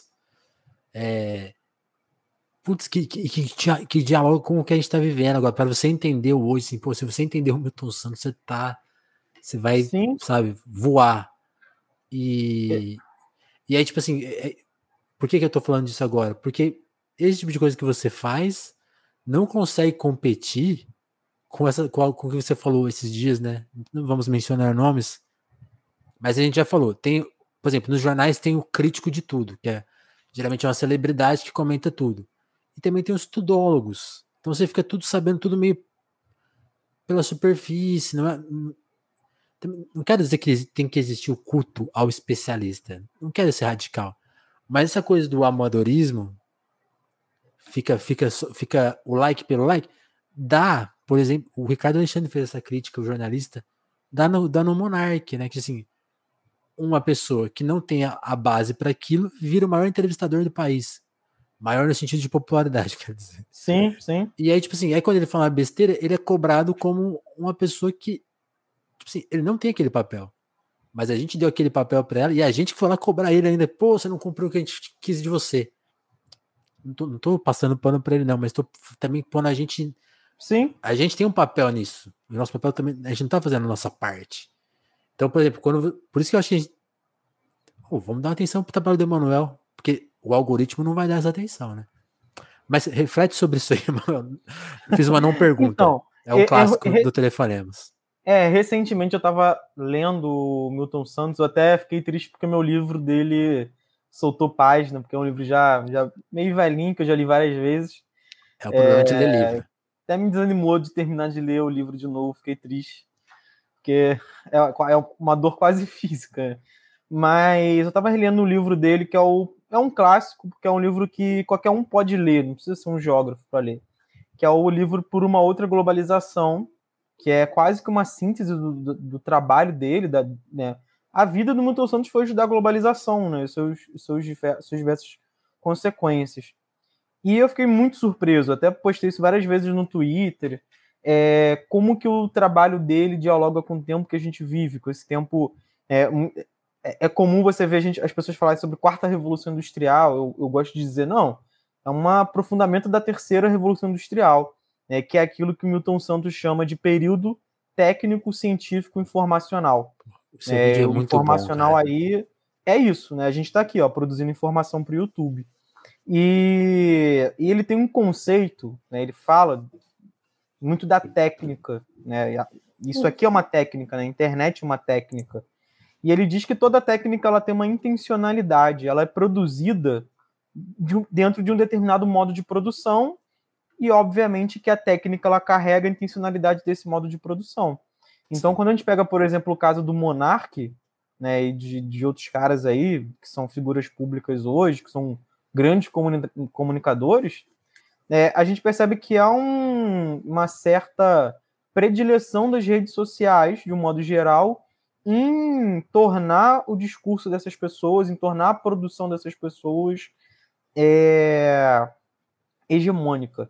Putz, que dialoga com o que a gente tá vivendo agora. Para você entender o hoje, assim, pô, se você entender o Milton Santos, você vai, Sim. sabe, voar. E aí, tipo assim, por que eu tô falando disso agora? Porque esse tipo de coisa que você faz não consegue competir com o que você falou esses dias, né? Não vamos mencionar nomes, mas a gente já falou. Tem, por exemplo, nos jornais tem o crítico de tudo, que é geralmente uma celebridade que comenta tudo. E também tem os tudólogos. Então você fica tudo sabendo tudo meio pela superfície, não quero dizer que tem que existir o culto ao especialista. Não quero ser radical. Mas essa coisa do amadorismo fica o like pelo like. Dá, por exemplo, o Ricardo Alexandre fez essa crítica, o jornalista, dá no Monark, né? Que assim, uma pessoa que não tem a base para aquilo vira o maior entrevistador do país. Maior no sentido de popularidade, quer dizer. Sim, sim. E aí, tipo assim, aí quando ele fala uma besteira, ele é cobrado como uma pessoa que, tipo assim, ele não tem aquele papel. Mas a gente deu aquele papel para ela e a gente que foi lá cobrar ele ainda. Pô, você não cumpriu o que a gente quis de você. Não tô passando pano pra ele, não, mas tô também pondo a gente. Sim. A gente tem um papel nisso. O nosso papel também. A gente não tá fazendo a nossa parte. Então, por exemplo, por isso que eu acho que a gente. Vamos dar atenção pro trabalho do Emanuel. Porque o algoritmo não vai dar essa atenção, né? Mas reflete sobre isso aí, Emanuel. Fiz uma não pergunta. Então, É um clássico do Telefonemas. Recentemente eu estava lendo o Milton Santos, eu até fiquei triste porque meu livro dele soltou página, porque é um livro já meio velhinho, que eu já li várias vezes. É o problema de ler livro. Até me desanimou de terminar de ler o livro de novo, fiquei triste, porque é uma dor quase física. Mas eu estava relendo o livro dele, que é um clássico, porque é um livro que qualquer um pode ler, não precisa ser um geógrafo para ler, que é o livro Por uma Outra Globalização, que é quase que uma síntese do trabalho dele, né? A vida do Milton Santos foi ajudar a globalização, né? Suas diversas consequências. E eu fiquei muito surpreso, até postei isso várias vezes no Twitter, como que o trabalho dele dialoga com o tempo que a gente vive, com esse tempo... É comum você ver as pessoas falarem sobre a quarta revolução industrial, eu gosto de dizer, não, é um aprofundamento da terceira revolução industrial, que é aquilo que o Milton Santos chama de período técnico, científico, informacional. O seu vídeo é O muito bom, informacional cara. aí é isso, né? A gente está aqui, ó, produzindo informação para o YouTube. E ele tem um conceito, né? Ele fala muito da técnica, né? Isso aqui é uma técnica, né? A internet é uma técnica. E ele diz que toda técnica ela tem uma intencionalidade, ela é produzida dentro de um determinado modo de produção e, obviamente, que a técnica ela carrega a intencionalidade desse modo de produção. Então, quando a gente pega, por exemplo, o caso do Monark, né, e de outros caras aí, que são figuras públicas hoje, que são grandes comunicadores, a gente percebe que há uma certa predileção das redes sociais, de um modo geral, em tornar o discurso dessas pessoas, em tornar a produção dessas pessoas hegemônica.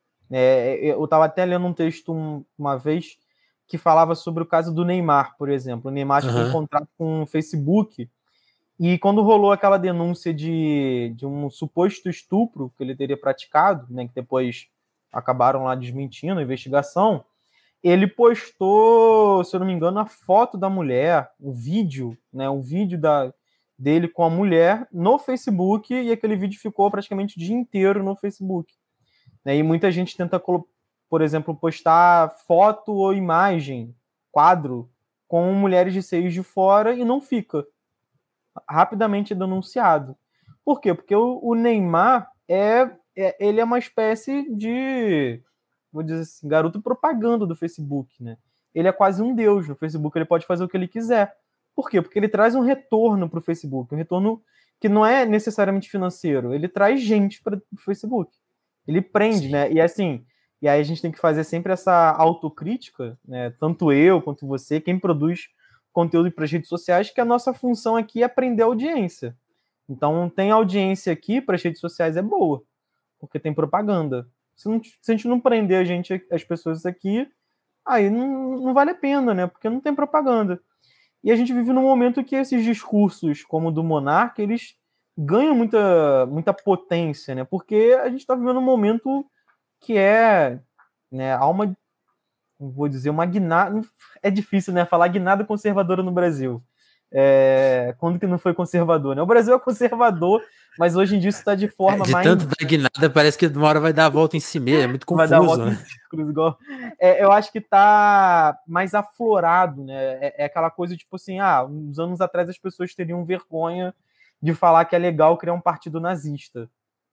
Eu estava até lendo um texto uma vez que falava sobre o caso do Neymar, por exemplo. O Neymar tem contrato com o Facebook, e quando rolou aquela denúncia de um suposto estupro que ele teria praticado, né, que depois acabaram lá desmentindo a investigação, ele postou, se eu não me engano, a foto da mulher, o vídeo, né, dele com a mulher no Facebook, e aquele vídeo ficou praticamente o dia inteiro no Facebook. Né, e muita gente tenta, por exemplo, postar foto ou imagem, quadro, com mulheres de seios de fora e não fica. Rapidamente denunciado. Por quê? Porque o Neymar ele é uma espécie de, vou dizer assim, garoto propaganda do Facebook, né? Ele é quase um deus no Facebook, ele pode fazer o que ele quiser. Por quê? Porque ele traz um retorno para o Facebook, um retorno que não é necessariamente financeiro, ele traz gente para o Facebook. Ele prende, sim, né? E assim, e aí a gente tem que fazer sempre essa autocrítica, né? Tanto eu quanto você, quem produz conteúdo para as redes sociais, que a nossa função aqui é prender a audiência. Então, tem audiência aqui para as redes sociais é boa, porque tem propaganda. Se a gente não prender as pessoas aqui, aí não vale a pena, né? Porque não tem propaganda. E a gente vive num momento que esses discursos, como o do Monark, eles ganham muita potência, né? Porque a gente está vivendo um momento que né, há uma, vou dizer, uma guinada. É difícil, né? Falar guinada conservadora no Brasil. Quando que não foi conservador, né? O Brasil é conservador, mas hoje em dia isso está de forma de mais... tanto da guinada, parece que uma hora vai dar a volta em si mesmo, é muito confuso. Vai dar a volta em círculos, igual... eu acho que tá mais aflorado, né? É aquela coisa, tipo assim, uns anos atrás as pessoas teriam vergonha de falar que é legal criar um partido nazista.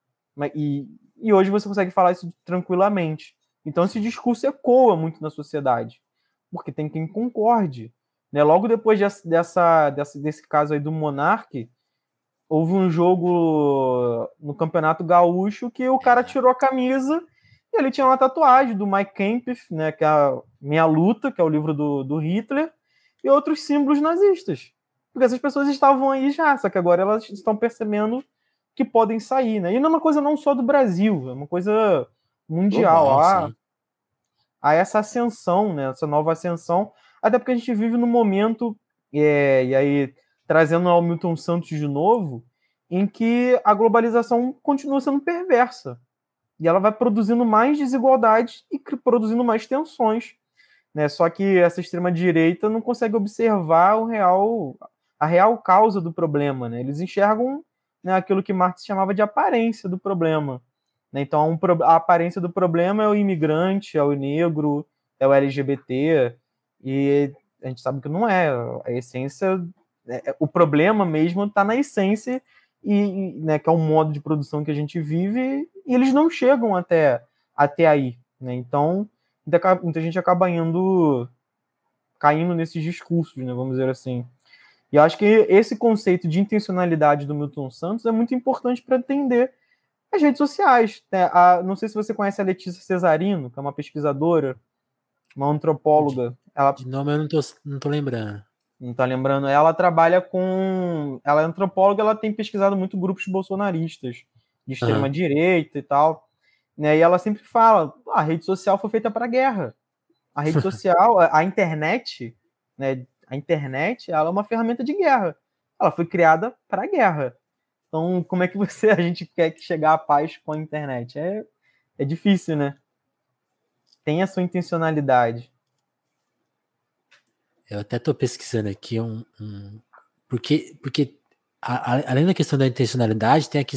E hoje você consegue falar isso tranquilamente. Então esse discurso ecoa muito na sociedade, porque tem quem concorde. Né? Logo depois desse caso aí do Monark, houve um jogo no Campeonato Gaúcho que o cara tirou a camisa e ele tinha uma tatuagem do Mein Kampf, né, que é a Minha Luta, que é o livro do Hitler, e outros símbolos nazistas. Porque essas pessoas estavam aí já, só que agora elas estão percebendo que podem sair, né? E não é uma coisa não só do Brasil, é uma coisa mundial. Global, há essa ascensão, né? Essa nova ascensão, até porque a gente vive num momento, e aí trazendo ao Milton Santos de novo, em que a globalização continua sendo perversa. E ela vai produzindo mais desigualdades e produzindo mais tensões. Né? Só que essa extrema-direita não consegue observar a real causa do problema. Né? Eles enxergam, né, aquilo que Marx chamava de aparência do problema. Né? Então, a aparência do problema é o imigrante, é o negro, é o LGBT, e a gente sabe que não é. A essência, o problema mesmo está na essência, né, que é o modo de produção que a gente vive, e eles não chegam até aí. Né? Então, muita gente acaba caindo nesses discursos, né, vamos dizer assim. E eu acho que esse conceito de intencionalidade do Milton Santos é muito importante para entender as redes sociais. Né? Não sei se você conhece a Letícia Cesarino, que é uma pesquisadora, uma antropóloga. De nome eu não tô lembrando. Não tá lembrando? Ela trabalha com... Ela é antropóloga, ela tem pesquisado muito grupos bolsonaristas, de extrema-direita e tal. Né? E ela sempre fala, a rede social foi feita para guerra. A rede social, a internet, né? A internet, ela é uma ferramenta de guerra. Ela foi criada para a guerra. Então, como é que a gente quer chegar à paz com a internet? É difícil, né? Tem a sua intencionalidade. Eu até estou pesquisando aqui porque além da questão da intencionalidade, tem a questão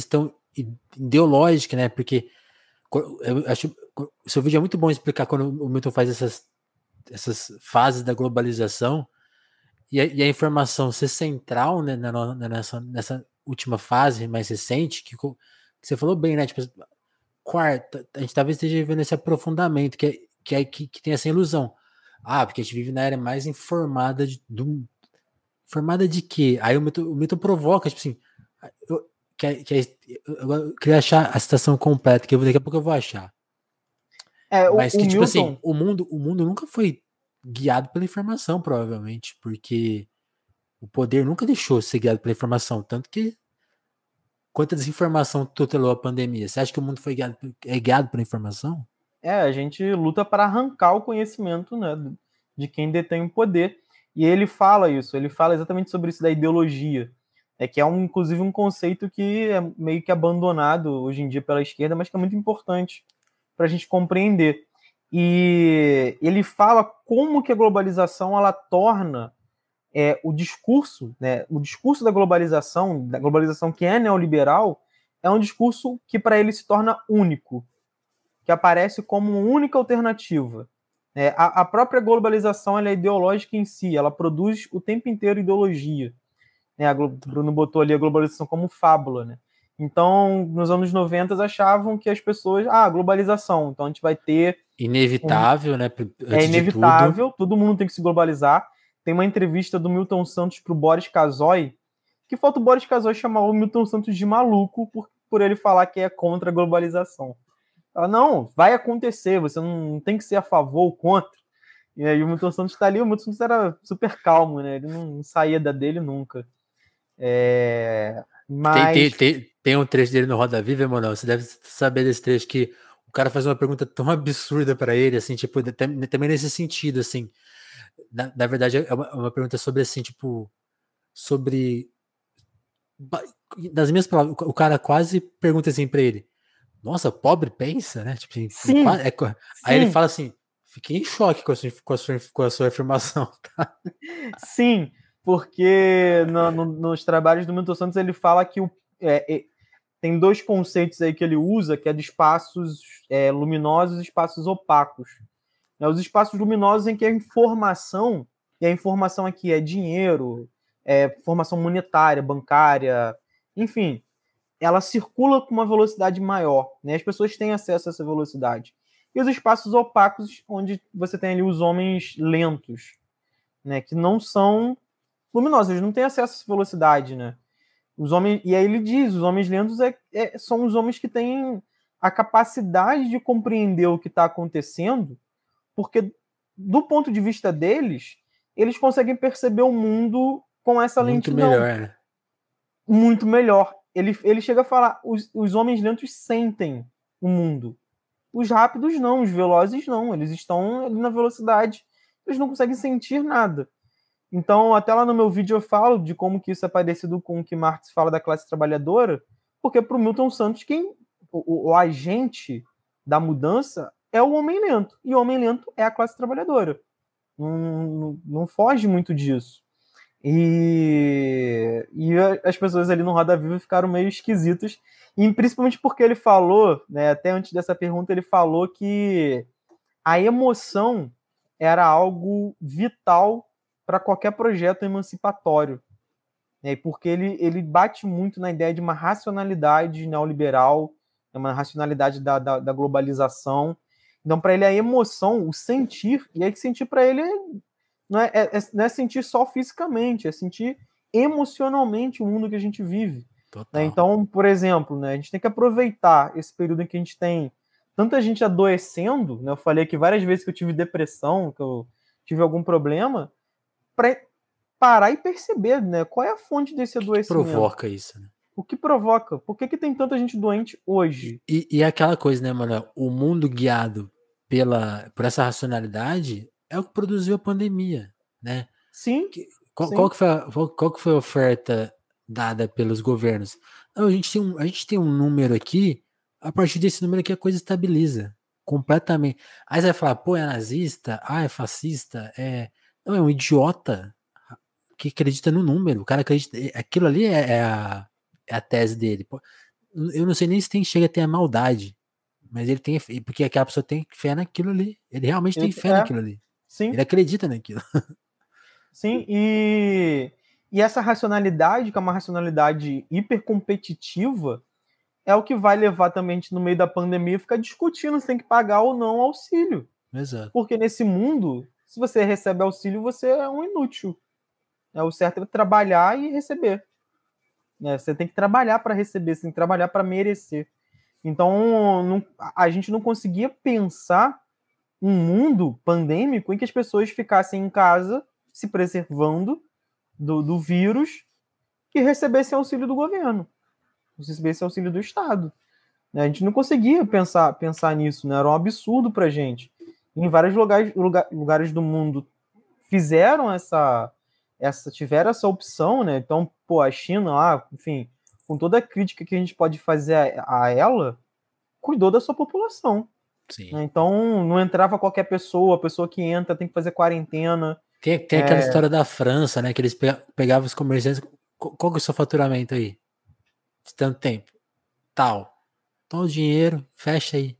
ideológica, né? Porque eu acho o seu vídeo é muito bom explicar quando o Milton faz essas fases da globalização e a informação ser central, né, nessa última fase mais recente, que você falou bem, né? Tipo, quarta, a gente talvez esteja vivendo esse aprofundamento, que tem essa ilusão. Ah, porque a gente vive na era mais informada informada de quê? Aí o Milton provoca, tipo assim, eu, eu queria achar a citação completa, que daqui a pouco eu vou achar. Mas O que, tipo Milton... assim, o mundo nunca foi guiado pela informação, provavelmente, porque o poder nunca deixou de ser guiado pela informação, tanto que quanta desinformação tutelou a pandemia? Você acha que o mundo é guiado pela informação? A gente luta para arrancar o conhecimento, né, de quem detém o poder. E ele fala isso, ele fala exatamente sobre isso da ideologia. Que é inclusive um conceito que é meio que abandonado hoje em dia pela esquerda, mas que é muito importante para a gente compreender. E ele fala como que a globalização ela torna o discurso, né, o discurso da globalização que é neoliberal, é um discurso que para ele se torna único, que aparece como uma única alternativa. A própria globalização ela é ideológica em si, ela produz o tempo inteiro ideologia. Bruno botou ali a globalização como fábula, né? Então, nos anos 90 achavam que as pessoas, globalização, então a gente vai ter... Inevitável, né? É Antes de inevitável, tudo. todo mundo tem que se globalizar. Tem uma entrevista do Milton Santos para o Boris Casoy, que falta o Boris Casoy chamar o Milton Santos de maluco por ele falar que é contra a globalização. Ela, não, vai acontecer, você não tem que ser a favor ou contra. E aí o Milton Santos está ali, o Milton Santos era super calmo, né? Ele não saía da dele nunca. Mas... Tem um trecho dele no Roda Viva, Emanuel. Você deve saber desse trecho que o cara faz uma pergunta tão absurda para ele, assim, tipo, também nesse sentido, assim. Na verdade, é uma pergunta sobre, assim, tipo, sobre. Das minhas palavras, o cara quase pergunta assim para ele: Nossa, pobre pensa, né? Tipo assim, Sim, aí ele sim, fala assim: Fiquei em choque com a sua afirmação, tá? sim, porque nos trabalhos do Milton Santos ele fala que tem dois conceitos aí que ele usa, que é de espaços luminosos e espaços opacos. Os espaços luminosos em que a informação, e a informação aqui é dinheiro, informação monetária, bancária, enfim, ela circula com uma velocidade maior, né? As pessoas têm acesso a essa velocidade. E os espaços opacos, onde você tem ali os homens lentos, né? Que não são luminosos, eles não têm acesso a essa velocidade, né? Os homens, e aí ele diz, os homens lentos são os homens que têm a capacidade de compreender o que está acontecendo, porque do ponto de vista deles, eles conseguem perceber o mundo com essa Muito lentidão. melhor, né? Muito melhor. Ele chega a falar, os homens lentos sentem o mundo. Os rápidos não, os velozes não. Eles estão ali na velocidade, eles não conseguem sentir nada. Então, até lá no meu vídeo eu falo de como que isso é parecido com o que Marx fala da classe trabalhadora, porque para o Milton Santos, o agente da mudança é o homem lento. E o homem lento é a classe trabalhadora. Não foge muito disso. E as pessoas ali no Roda Viva ficaram meio esquisitas, e principalmente porque ele falou, né, até antes dessa pergunta, ele falou que a emoção era algo vital para qualquer projeto emancipatório, né, porque ele bate muito na ideia de uma racionalidade neoliberal, uma racionalidade da globalização. Então, para ele, a emoção, o sentir, e aí que sentir para ele não é sentir só fisicamente, é sentir emocionalmente o mundo que a gente vive. Né? Então, por exemplo, né, a gente tem que aproveitar esse período em que a gente tem tanta gente adoecendo, né? Eu falei aqui várias vezes que eu tive depressão, que eu tive algum problema, para parar e perceber, né, qual é a fonte desse adoecimento. O que provoca isso, né? O que provoca? Por que tem tanta gente doente hoje? E aquela coisa, né, mano? O mundo guiado por essa racionalidade é o que produziu a pandemia, né? Sim, Qual que foi a oferta dada pelos governos? Não, a gente tem um número aqui, a partir desse número aqui a coisa estabiliza completamente. Aí você vai falar, pô, é nazista, é fascista, não, é um idiota que acredita no número. O cara acredita, aquilo ali é a tese dele. Pô, Eu não sei nem se chega a ter a maldade, mas ele tem, porque aquela pessoa tem fé naquilo ali. Ele realmente tem fé naquilo ali. Sim. Ele acredita naquilo. Sim, e essa racionalidade, que é uma racionalidade hipercompetitiva, é o que vai levar também a gente, no meio da pandemia, a ficar discutindo se tem que pagar ou não auxílio. Exato. Porque nesse mundo, se você recebe auxílio, você é um inútil. O certo é trabalhar e receber. Você tem que trabalhar para receber, você tem que trabalhar para merecer. Então, a gente não conseguia pensar um mundo pandêmico em que as pessoas ficassem em casa se preservando do vírus e recebessem auxílio do governo, recebessem auxílio do Estado. A gente não conseguia pensar nisso, né? Era um absurdo para a gente. Em vários lugares do mundo fizeram tiveram essa opção, né? Então, pô, a China lá, enfim, com toda a crítica que a gente pode fazer a ela, cuidou da sua população. Sim. Né? Então, não entrava qualquer pessoa, a pessoa que entra tem que fazer quarentena. Tem aquela história da França, né? Que eles pegavam os comerciantes. Qual que é o seu faturamento aí? De tanto tempo? Tal. Toma o dinheiro, fecha aí.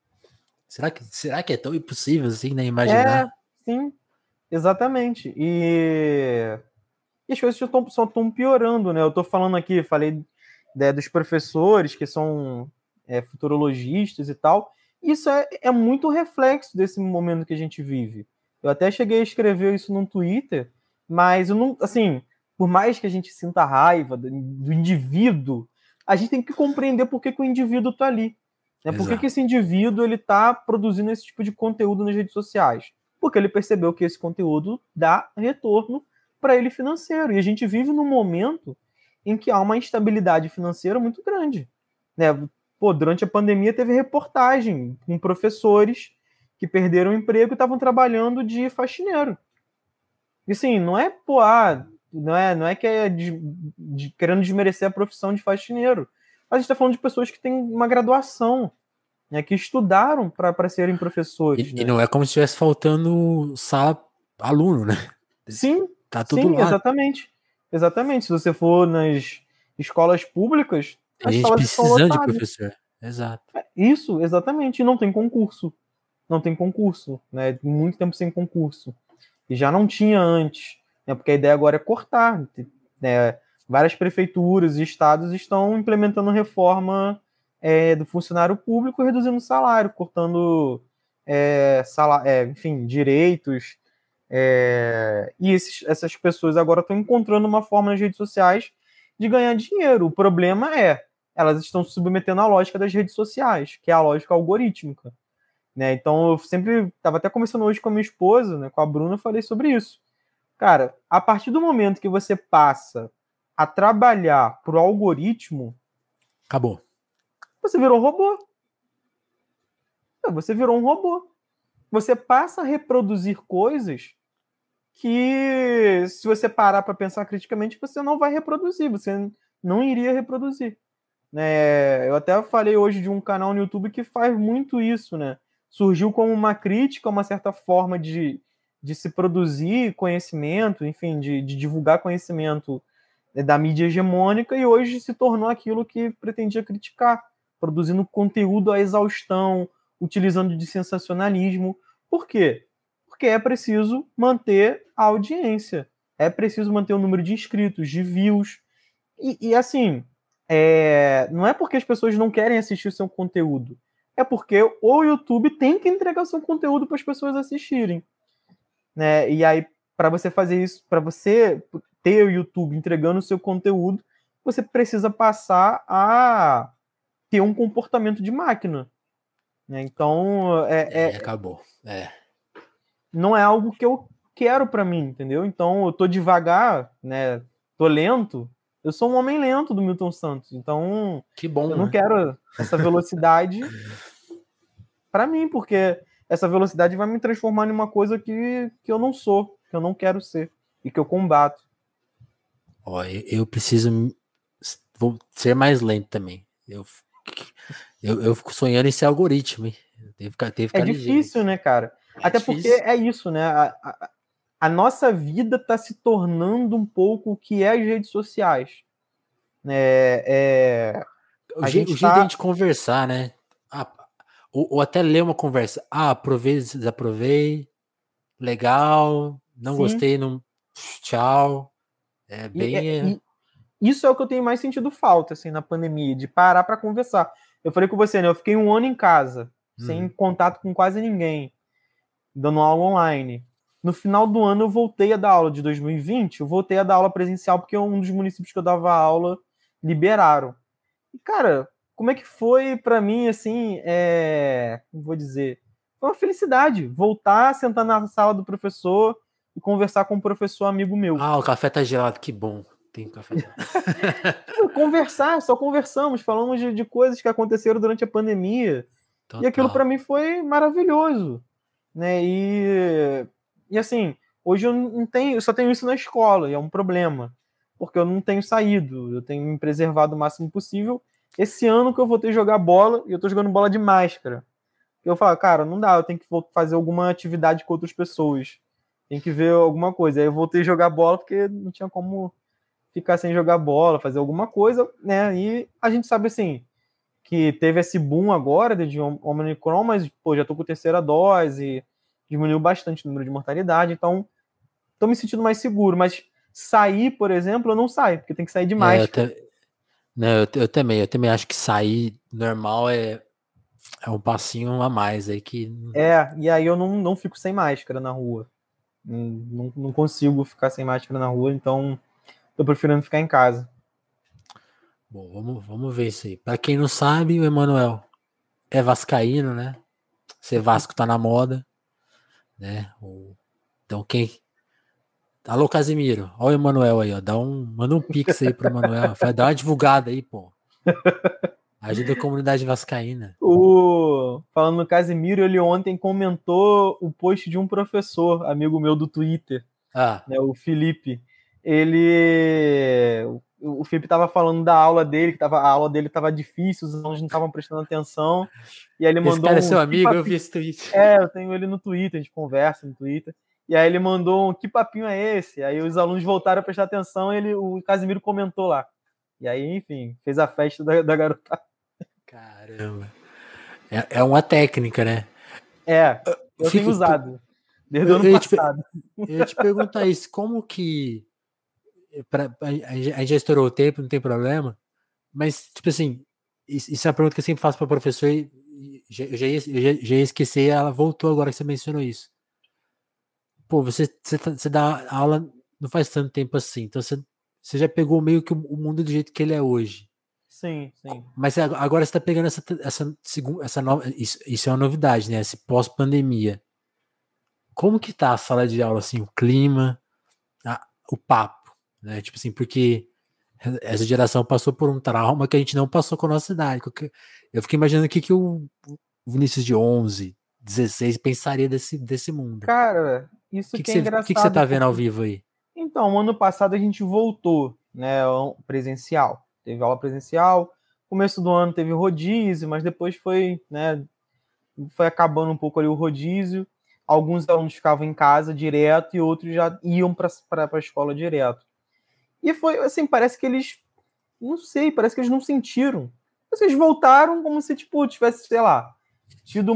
Será que é tão impossível assim, né? Imaginar? Sim, exatamente. E as coisas só estão piorando, né? Eu estou falando aqui, falei dos professores que são futurologistas e tal. Isso é muito reflexo desse momento que a gente vive. Eu até cheguei a escrever isso no Twitter, mas eu não, assim, por mais que a gente sinta raiva do indivíduo, a gente tem que compreender por que o indivíduo está ali. Né? Por que esse indivíduo ele está produzindo esse tipo de conteúdo nas redes sociais? Porque ele percebeu que esse conteúdo dá retorno para ele financeiro. E a gente vive num momento em que há uma instabilidade financeira muito grande. Né? Pô, durante a pandemia teve reportagem com professores que perderam o emprego e estavam trabalhando de faxineiro. E assim, não é, não é que é querendo desmerecer a profissão de faxineiro. A gente está falando de pessoas que têm uma graduação, né, que estudaram para serem professores. E não é como se estivesse faltando sala aluno, né? Sim, tá tudo lá. Exatamente. Exatamente. Se você for nas escolas públicas, tem gente precisando de professor. Exato. Isso, exatamente. E não tem concurso. Não tem concurso. Né? Muito tempo sem concurso. E já não tinha antes. Né? Porque a ideia agora é cortar. Né? Várias prefeituras e estados estão implementando reforma do funcionário público, reduzindo o salário, cortando enfim, direitos. E essas pessoas agora estão encontrando uma forma nas redes sociais de ganhar dinheiro. O problema elas estão se submetendo à lógica das redes sociais, que é a lógica algorítmica. Né? Então, eu sempre estava até conversando hoje com a minha esposa, né, com a Bruna, eu falei sobre isso. Cara, a partir do momento que você passa a trabalhar por algoritmo, acabou. Você virou um robô. Você virou um robô. Você passa a reproduzir coisas que, se você parar para pensar criticamente, você não vai reproduzir, você não iria reproduzir. Né? Eu até falei hoje de um canal no YouTube que faz muito isso, né? Surgiu como uma crítica a uma certa forma de se produzir conhecimento, enfim, de divulgar conhecimento da mídia hegemônica, e hoje se tornou aquilo que pretendia criticar, produzindo conteúdo à exaustão, utilizando de sensacionalismo. Por quê? Porque é preciso manter a audiência, é preciso manter o número de inscritos, de views, e assim, não é porque as pessoas não querem assistir o seu conteúdo, é porque o YouTube tem que entregar o seu conteúdo para as pessoas assistirem. Né? E aí, para você fazer isso, para você ter o YouTube entregando o seu conteúdo, você precisa passar a ter um comportamento de máquina. Né? Então, acabou. Não é algo que eu quero para mim, entendeu? Então, eu tô devagar, né? Tô lento. Eu sou um homem lento do Milton Santos. Então, que bom, eu não quero essa velocidade para mim, porque essa velocidade vai me transformar em uma coisa que eu não sou, que eu não quero ser e que eu combato. Ó, eu preciso vou ser mais lento também. Eu fico sonhando em ser algoritmo, hein? Teve que ficar difícil, né, cara? Até difícil. Porque é isso, né? A nossa vida está se tornando um pouco o que é as redes sociais. O jeito da gente conversar, né? Ou até ler uma conversa. Aprovei, desaprovei. Legal. Não gostei, não. Tchau. É bem. Isso é o que eu tenho mais sentido falta, assim, na pandemia, de parar para conversar. Eu falei com você, né? Eu fiquei 1 ano em casa, sem contato com quase ninguém, dando aula online. No final do ano eu voltei a dar aula de 2020, eu voltei a dar aula presencial porque um dos municípios que eu dava aula liberaram. E, cara, como é que foi para mim, assim, como vou dizer, foi uma felicidade voltar, sentar na sala do professor e conversar com um professor amigo meu. O café tá gelado, que bom. Tem café gelado. Conversar, só conversamos, falamos de coisas que aconteceram durante a pandemia. Total. E aquilo para mim foi maravilhoso, né? E assim, hoje eu não tenho, eu só tenho isso na escola, e é um problema, porque eu não tenho saído, eu tenho me preservado o máximo possível. Esse ano que eu voltei a jogar bola, e eu tô jogando bola de máscara. Eu falo, cara, não dá, eu tenho que fazer alguma atividade com outras pessoas. Tem que ver alguma coisa. Aí eu voltei a jogar bola porque não tinha como ficar sem jogar bola, fazer alguma coisa, né? E a gente sabe assim que teve esse boom agora de Omicron, mas pô, já tô com a terceira dose, diminuiu bastante o número de mortalidade, então tô me sentindo mais seguro. Mas sair, por exemplo, eu não saio, porque tem que sair de máscara. Não, eu também acho que sair normal é um passinho a mais aí que. E aí eu não fico sem máscara na rua. Não consigo ficar sem máscara na rua, então tô preferindo ficar em casa. Bom, vamos ver isso aí. Pra quem não sabe, o Emanuel é vascaíno, né? Ser Vasco tá na moda, né? Então quem... Alô, Casimiro. Ó o Emanuel aí, ó. Manda um pix aí pro Emanuel. Dá uma divulgada aí, pô. Ajuda a comunidade vascaína. Falando no Casimiro, ele ontem comentou o post de um professor, amigo meu do Twitter, né, o Felipe. O Felipe estava falando da aula dele, a aula dele estava difícil, os alunos não estavam prestando atenção. E aí ele mandou Esse cara é seu amigo, eu vi esse tweet. Eu tenho ele no Twitter, a gente conversa no Twitter. E aí ele mandou que papinho é esse? Aí os alunos voltaram a prestar atenção e o Casimiro comentou lá. E aí, enfim, fez a festa da garota. Caramba. É uma técnica, né? Eu tenho usado. Desde o ano passado. Eu ia te perguntar isso, como que... a gente já estourou o tempo, não tem problema, mas, tipo assim, isso é uma pergunta que eu sempre faço para professor e eu já ia esquecer, ela voltou agora que você mencionou isso. Pô, você dá aula não faz tanto tempo assim, então você já pegou meio que o mundo do jeito que ele é hoje. Sim, sim. Mas agora você tá pegando essa nova... Isso é uma novidade, né? Esse pós-pandemia. Como que tá a sala de aula, assim, o clima, o papo, né? Tipo assim, porque essa geração passou por um trauma que a gente não passou com a nossa idade. Eu fiquei imaginando o que o Vinícius de 11, 16 pensaria desse mundo. Cara, isso que é engraçado. O que você tá vendo ao vivo aí? Então, ano passado a gente voltou, né, presencial. Teve aula presencial, começo do ano teve rodízio, mas depois foi, né, foi acabando um pouco ali o rodízio. Alguns alunos ficavam em casa direto e outros já iam para a escola direto. E foi assim, parece que eles, não sei, parece que eles não sentiram. Eles voltaram como se, tipo, tivesse, sei lá, tido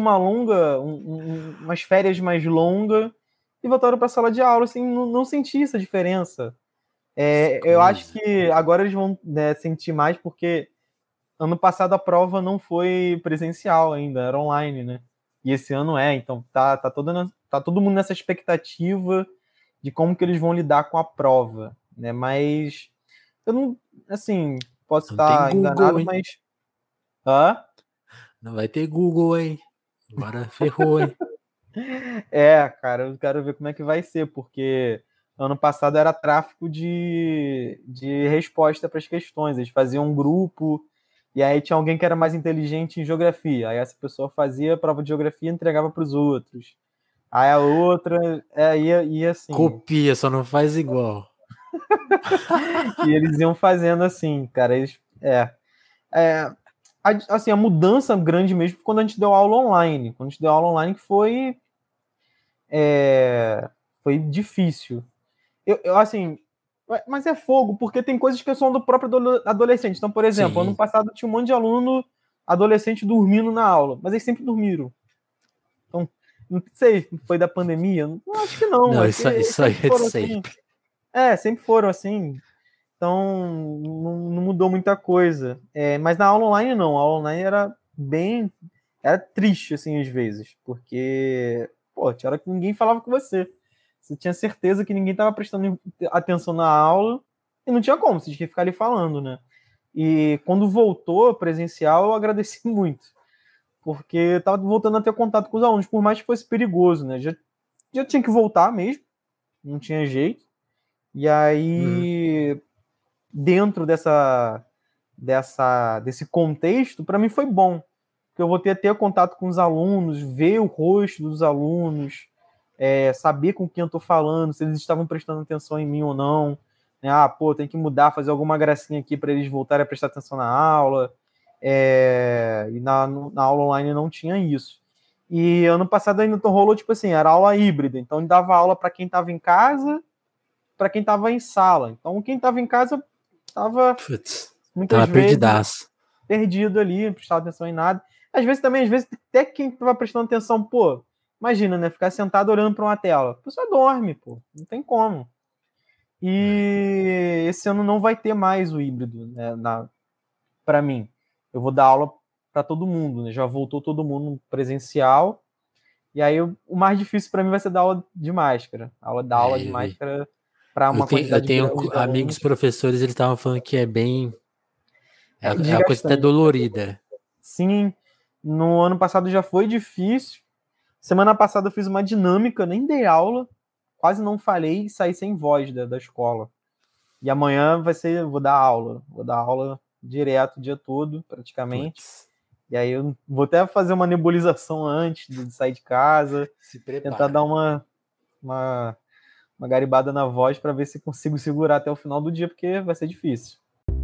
umas férias mais longas e voltaram para a sala de aula, assim, não senti essa diferença. Eu acho que agora eles vão, né, sentir mais, porque ano passado a prova não foi presencial ainda, era online, né? E esse ano então tá todo mundo nessa expectativa de como que eles vão lidar com a prova, né? Mas eu não, assim, posso estar enganado, hein? mas... Hã? Não vai ter Google, hein? Agora ferrou, hein? Cara, eu quero ver como é que vai ser, porque ano passado era tráfico de resposta para as questões. Eles faziam um grupo, e aí tinha alguém que era mais inteligente em geografia. Aí essa pessoa fazia a prova de geografia e entregava para os outros. Aí a outra ia assim. Copia, só não faz igual. E eles iam fazendo assim, cara. Assim, a mudança grande mesmo foi quando a gente deu aula online. Quando a gente deu aula online que foi difícil. Eu assim, Mas é fogo, porque tem coisas que são do próprio adolescente. Então, por exemplo, Sim. ano passado tinha um monte de aluno adolescente dormindo na aula, mas eles sempre dormiram. Então, não sei, foi da pandemia? Não, acho que não. Não, Acho que isso aí sempre é de foram assim. sempre. Sempre foram assim. Então, não mudou muita coisa. Mas na aula online, não. A aula online era triste, assim, às vezes. Porque, pô, tinha hora que ninguém falava com você. Você tinha certeza que ninguém estava prestando atenção na aula e não tinha como, você tinha que ficar ali falando, né? E quando voltou presencial, eu agradeci muito. Porque eu tava voltando a ter contato com os alunos, por mais que fosse perigoso, né? Já tinha que voltar mesmo, não tinha jeito. E aí, dentro desse contexto, para mim foi bom. Porque eu voltei a ter contato com os alunos, ver o rosto dos alunos, saber com quem eu tô falando, se eles estavam prestando atenção em mim ou não. Né? Tem que mudar, fazer alguma gracinha aqui para eles voltarem a prestar atenção na aula. E na aula online não tinha isso. E ano passado ainda rolou, tipo assim, era aula híbrida. Então, dava aula para quem estava em casa, para quem estava em sala. Então, quem estava em casa estava muitas vezes perdido ali, não prestava atenção em nada. Às vezes, até quem estava prestando atenção, imagina, né? Ficar sentado olhando para uma tela. A pessoa dorme, não tem como. E esse ano não vai ter mais o híbrido, né, para mim. Eu vou dar aula para todo mundo, né? Já voltou todo mundo presencial. E aí o mais difícil para mim vai ser dar aula de máscara. Dar aula de máscara para uma quantidade grande de alunos. Eu tenho amigos professores, eles estavam falando que é bem... É uma coisa até desgastante. dolorida. Sim, no ano passado já foi difícil. Semana passada eu fiz uma dinâmica, nem dei aula, quase não falei e saí sem voz da escola. E amanhã vou dar aula direto o dia todo, praticamente. Puts. E aí eu vou até fazer uma nebulização antes de sair de casa. Se prepara. Tentar dar uma garibada na voz para ver se consigo segurar até o final do dia, porque vai ser difícil.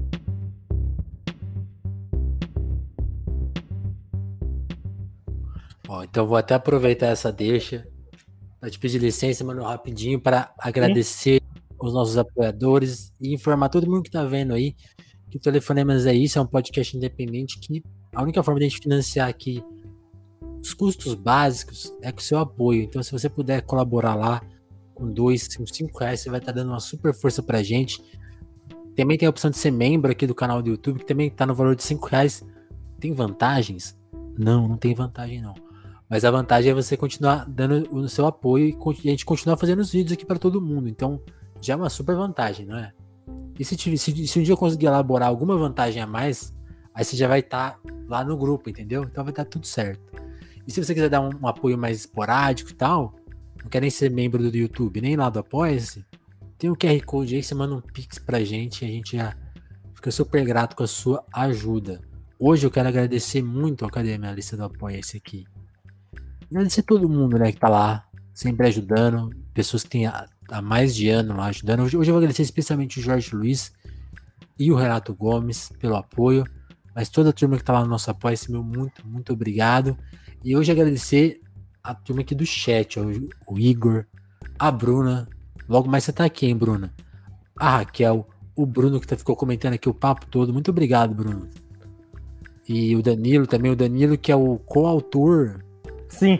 Então vou até aproveitar essa deixa para te pedir licença, mano, rapidinho, para agradecer os nossos apoiadores e informar todo mundo que está vendo aí que o Telefonemas é isso, é um podcast independente que a única forma de a gente financiar aqui os custos básicos é com o seu apoio. Então, se você puder colaborar lá com 2, 5 reais, você vai estar dando uma super força pra gente. Também tem a opção de ser membro aqui do canal do YouTube, que também está no valor de 5 reais. Tem vantagens? Não tem vantagem não. Mas a vantagem é você continuar dando o seu apoio e a gente continuar fazendo os vídeos aqui para todo mundo. Então, já é uma super vantagem, não é? E se um dia eu conseguir elaborar alguma vantagem a mais, aí você já vai estar lá no grupo, entendeu? Então vai estar tudo certo. E se você quiser dar um apoio mais esporádico e tal, não quer nem ser membro do YouTube, nem lá do Apoia-se, tem o QR Code aí, você manda um Pix pra gente e a gente já fica super grato com a sua ajuda. Hoje eu quero agradecer muito, cadê a minha lista do Apoia-se aqui? Agradecer todo mundo, né, que tá lá, sempre ajudando, pessoas que têm há mais de ano lá ajudando. Hoje eu vou agradecer especialmente o Jorge Luiz e o Renato Gomes pelo apoio, mas toda a turma que tá lá no nosso apoio-se, meu muito obrigado. E hoje agradecer a turma aqui do chat, ó, o Igor, a Bruna, logo mais você tá aqui, hein, Bruna? A Raquel, o Bruno que ficou comentando aqui o papo todo, muito obrigado, Bruno. E o Danilo também, que é o coautor. Sim.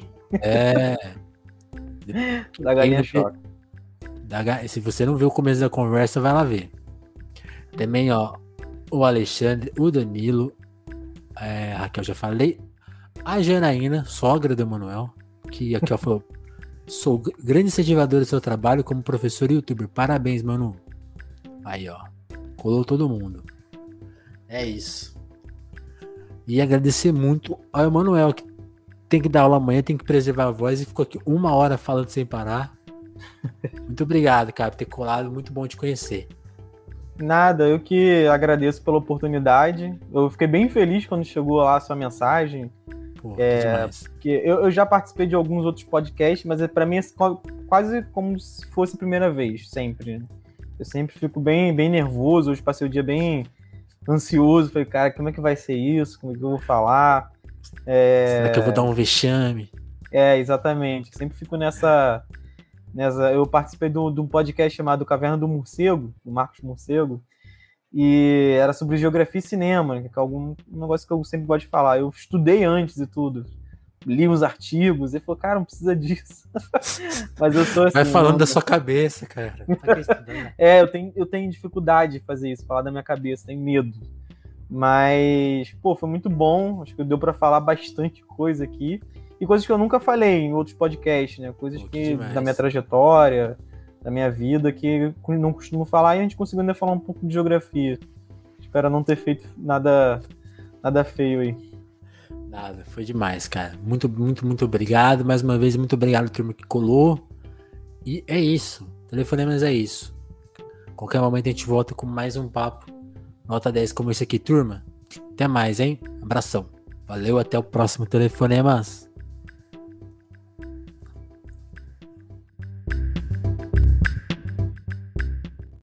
Da Galinha Choca. Se você não viu o começo da conversa, vai lá ver. Também, ó, o Alexandre, o Danilo, a Raquel já falei, a Janaína, sogra do Emanuel, que aqui ó, falou: sou grande incentivador do seu trabalho como professor e youtuber. Parabéns, Manu. Aí, ó, colou todo mundo. É isso. E agradecer muito ao Emanuel, que tem que dar aula amanhã, tem que preservar a voz e ficou aqui 1 hora falando sem parar. Muito obrigado, cara, por ter colado. Muito bom te conhecer. Nada, eu que agradeço pela oportunidade. Eu fiquei bem feliz quando chegou lá a sua mensagem. Pô, porque eu já participei de alguns outros podcasts, mas para mim é quase como se fosse a primeira vez, sempre. Eu sempre fico bem nervoso. Hoje passei o dia bem ansioso. Falei, cara, como é que vai ser isso? Como é que eu vou falar? Será que eu vou dar um vexame? Exatamente. Sempre fico nessa Eu participei de um podcast chamado Caverna do Morcego, do Marcos Morcego, e era sobre geografia e cinema, né, que é um negócio que eu sempre gosto de falar. Eu estudei antes e tudo, li os artigos, e falou, cara, não precisa disso. Mas eu sou assim. Vai falando da sua cabeça, cara. Eu tenho dificuldade de fazer isso, falar da minha cabeça, tenho medo. Mas, pô, foi muito bom. Acho que deu pra falar bastante coisa aqui. E coisas que eu nunca falei em outros podcasts, né? Coisas da minha trajetória, da minha vida, que eu não costumo falar, e a gente conseguiu ainda falar um pouco de geografia. Espero não ter feito nada feio aí. Nada, foi demais, cara. Muito, muito, muito obrigado. Mais uma vez, muito obrigado, turma, que colou. E é isso. Telefonemas é isso. Qualquer momento a gente volta com mais um papo. Nota 10 como esse aqui, turma. Até mais, hein? Abração. Valeu, até o próximo Telefonemas.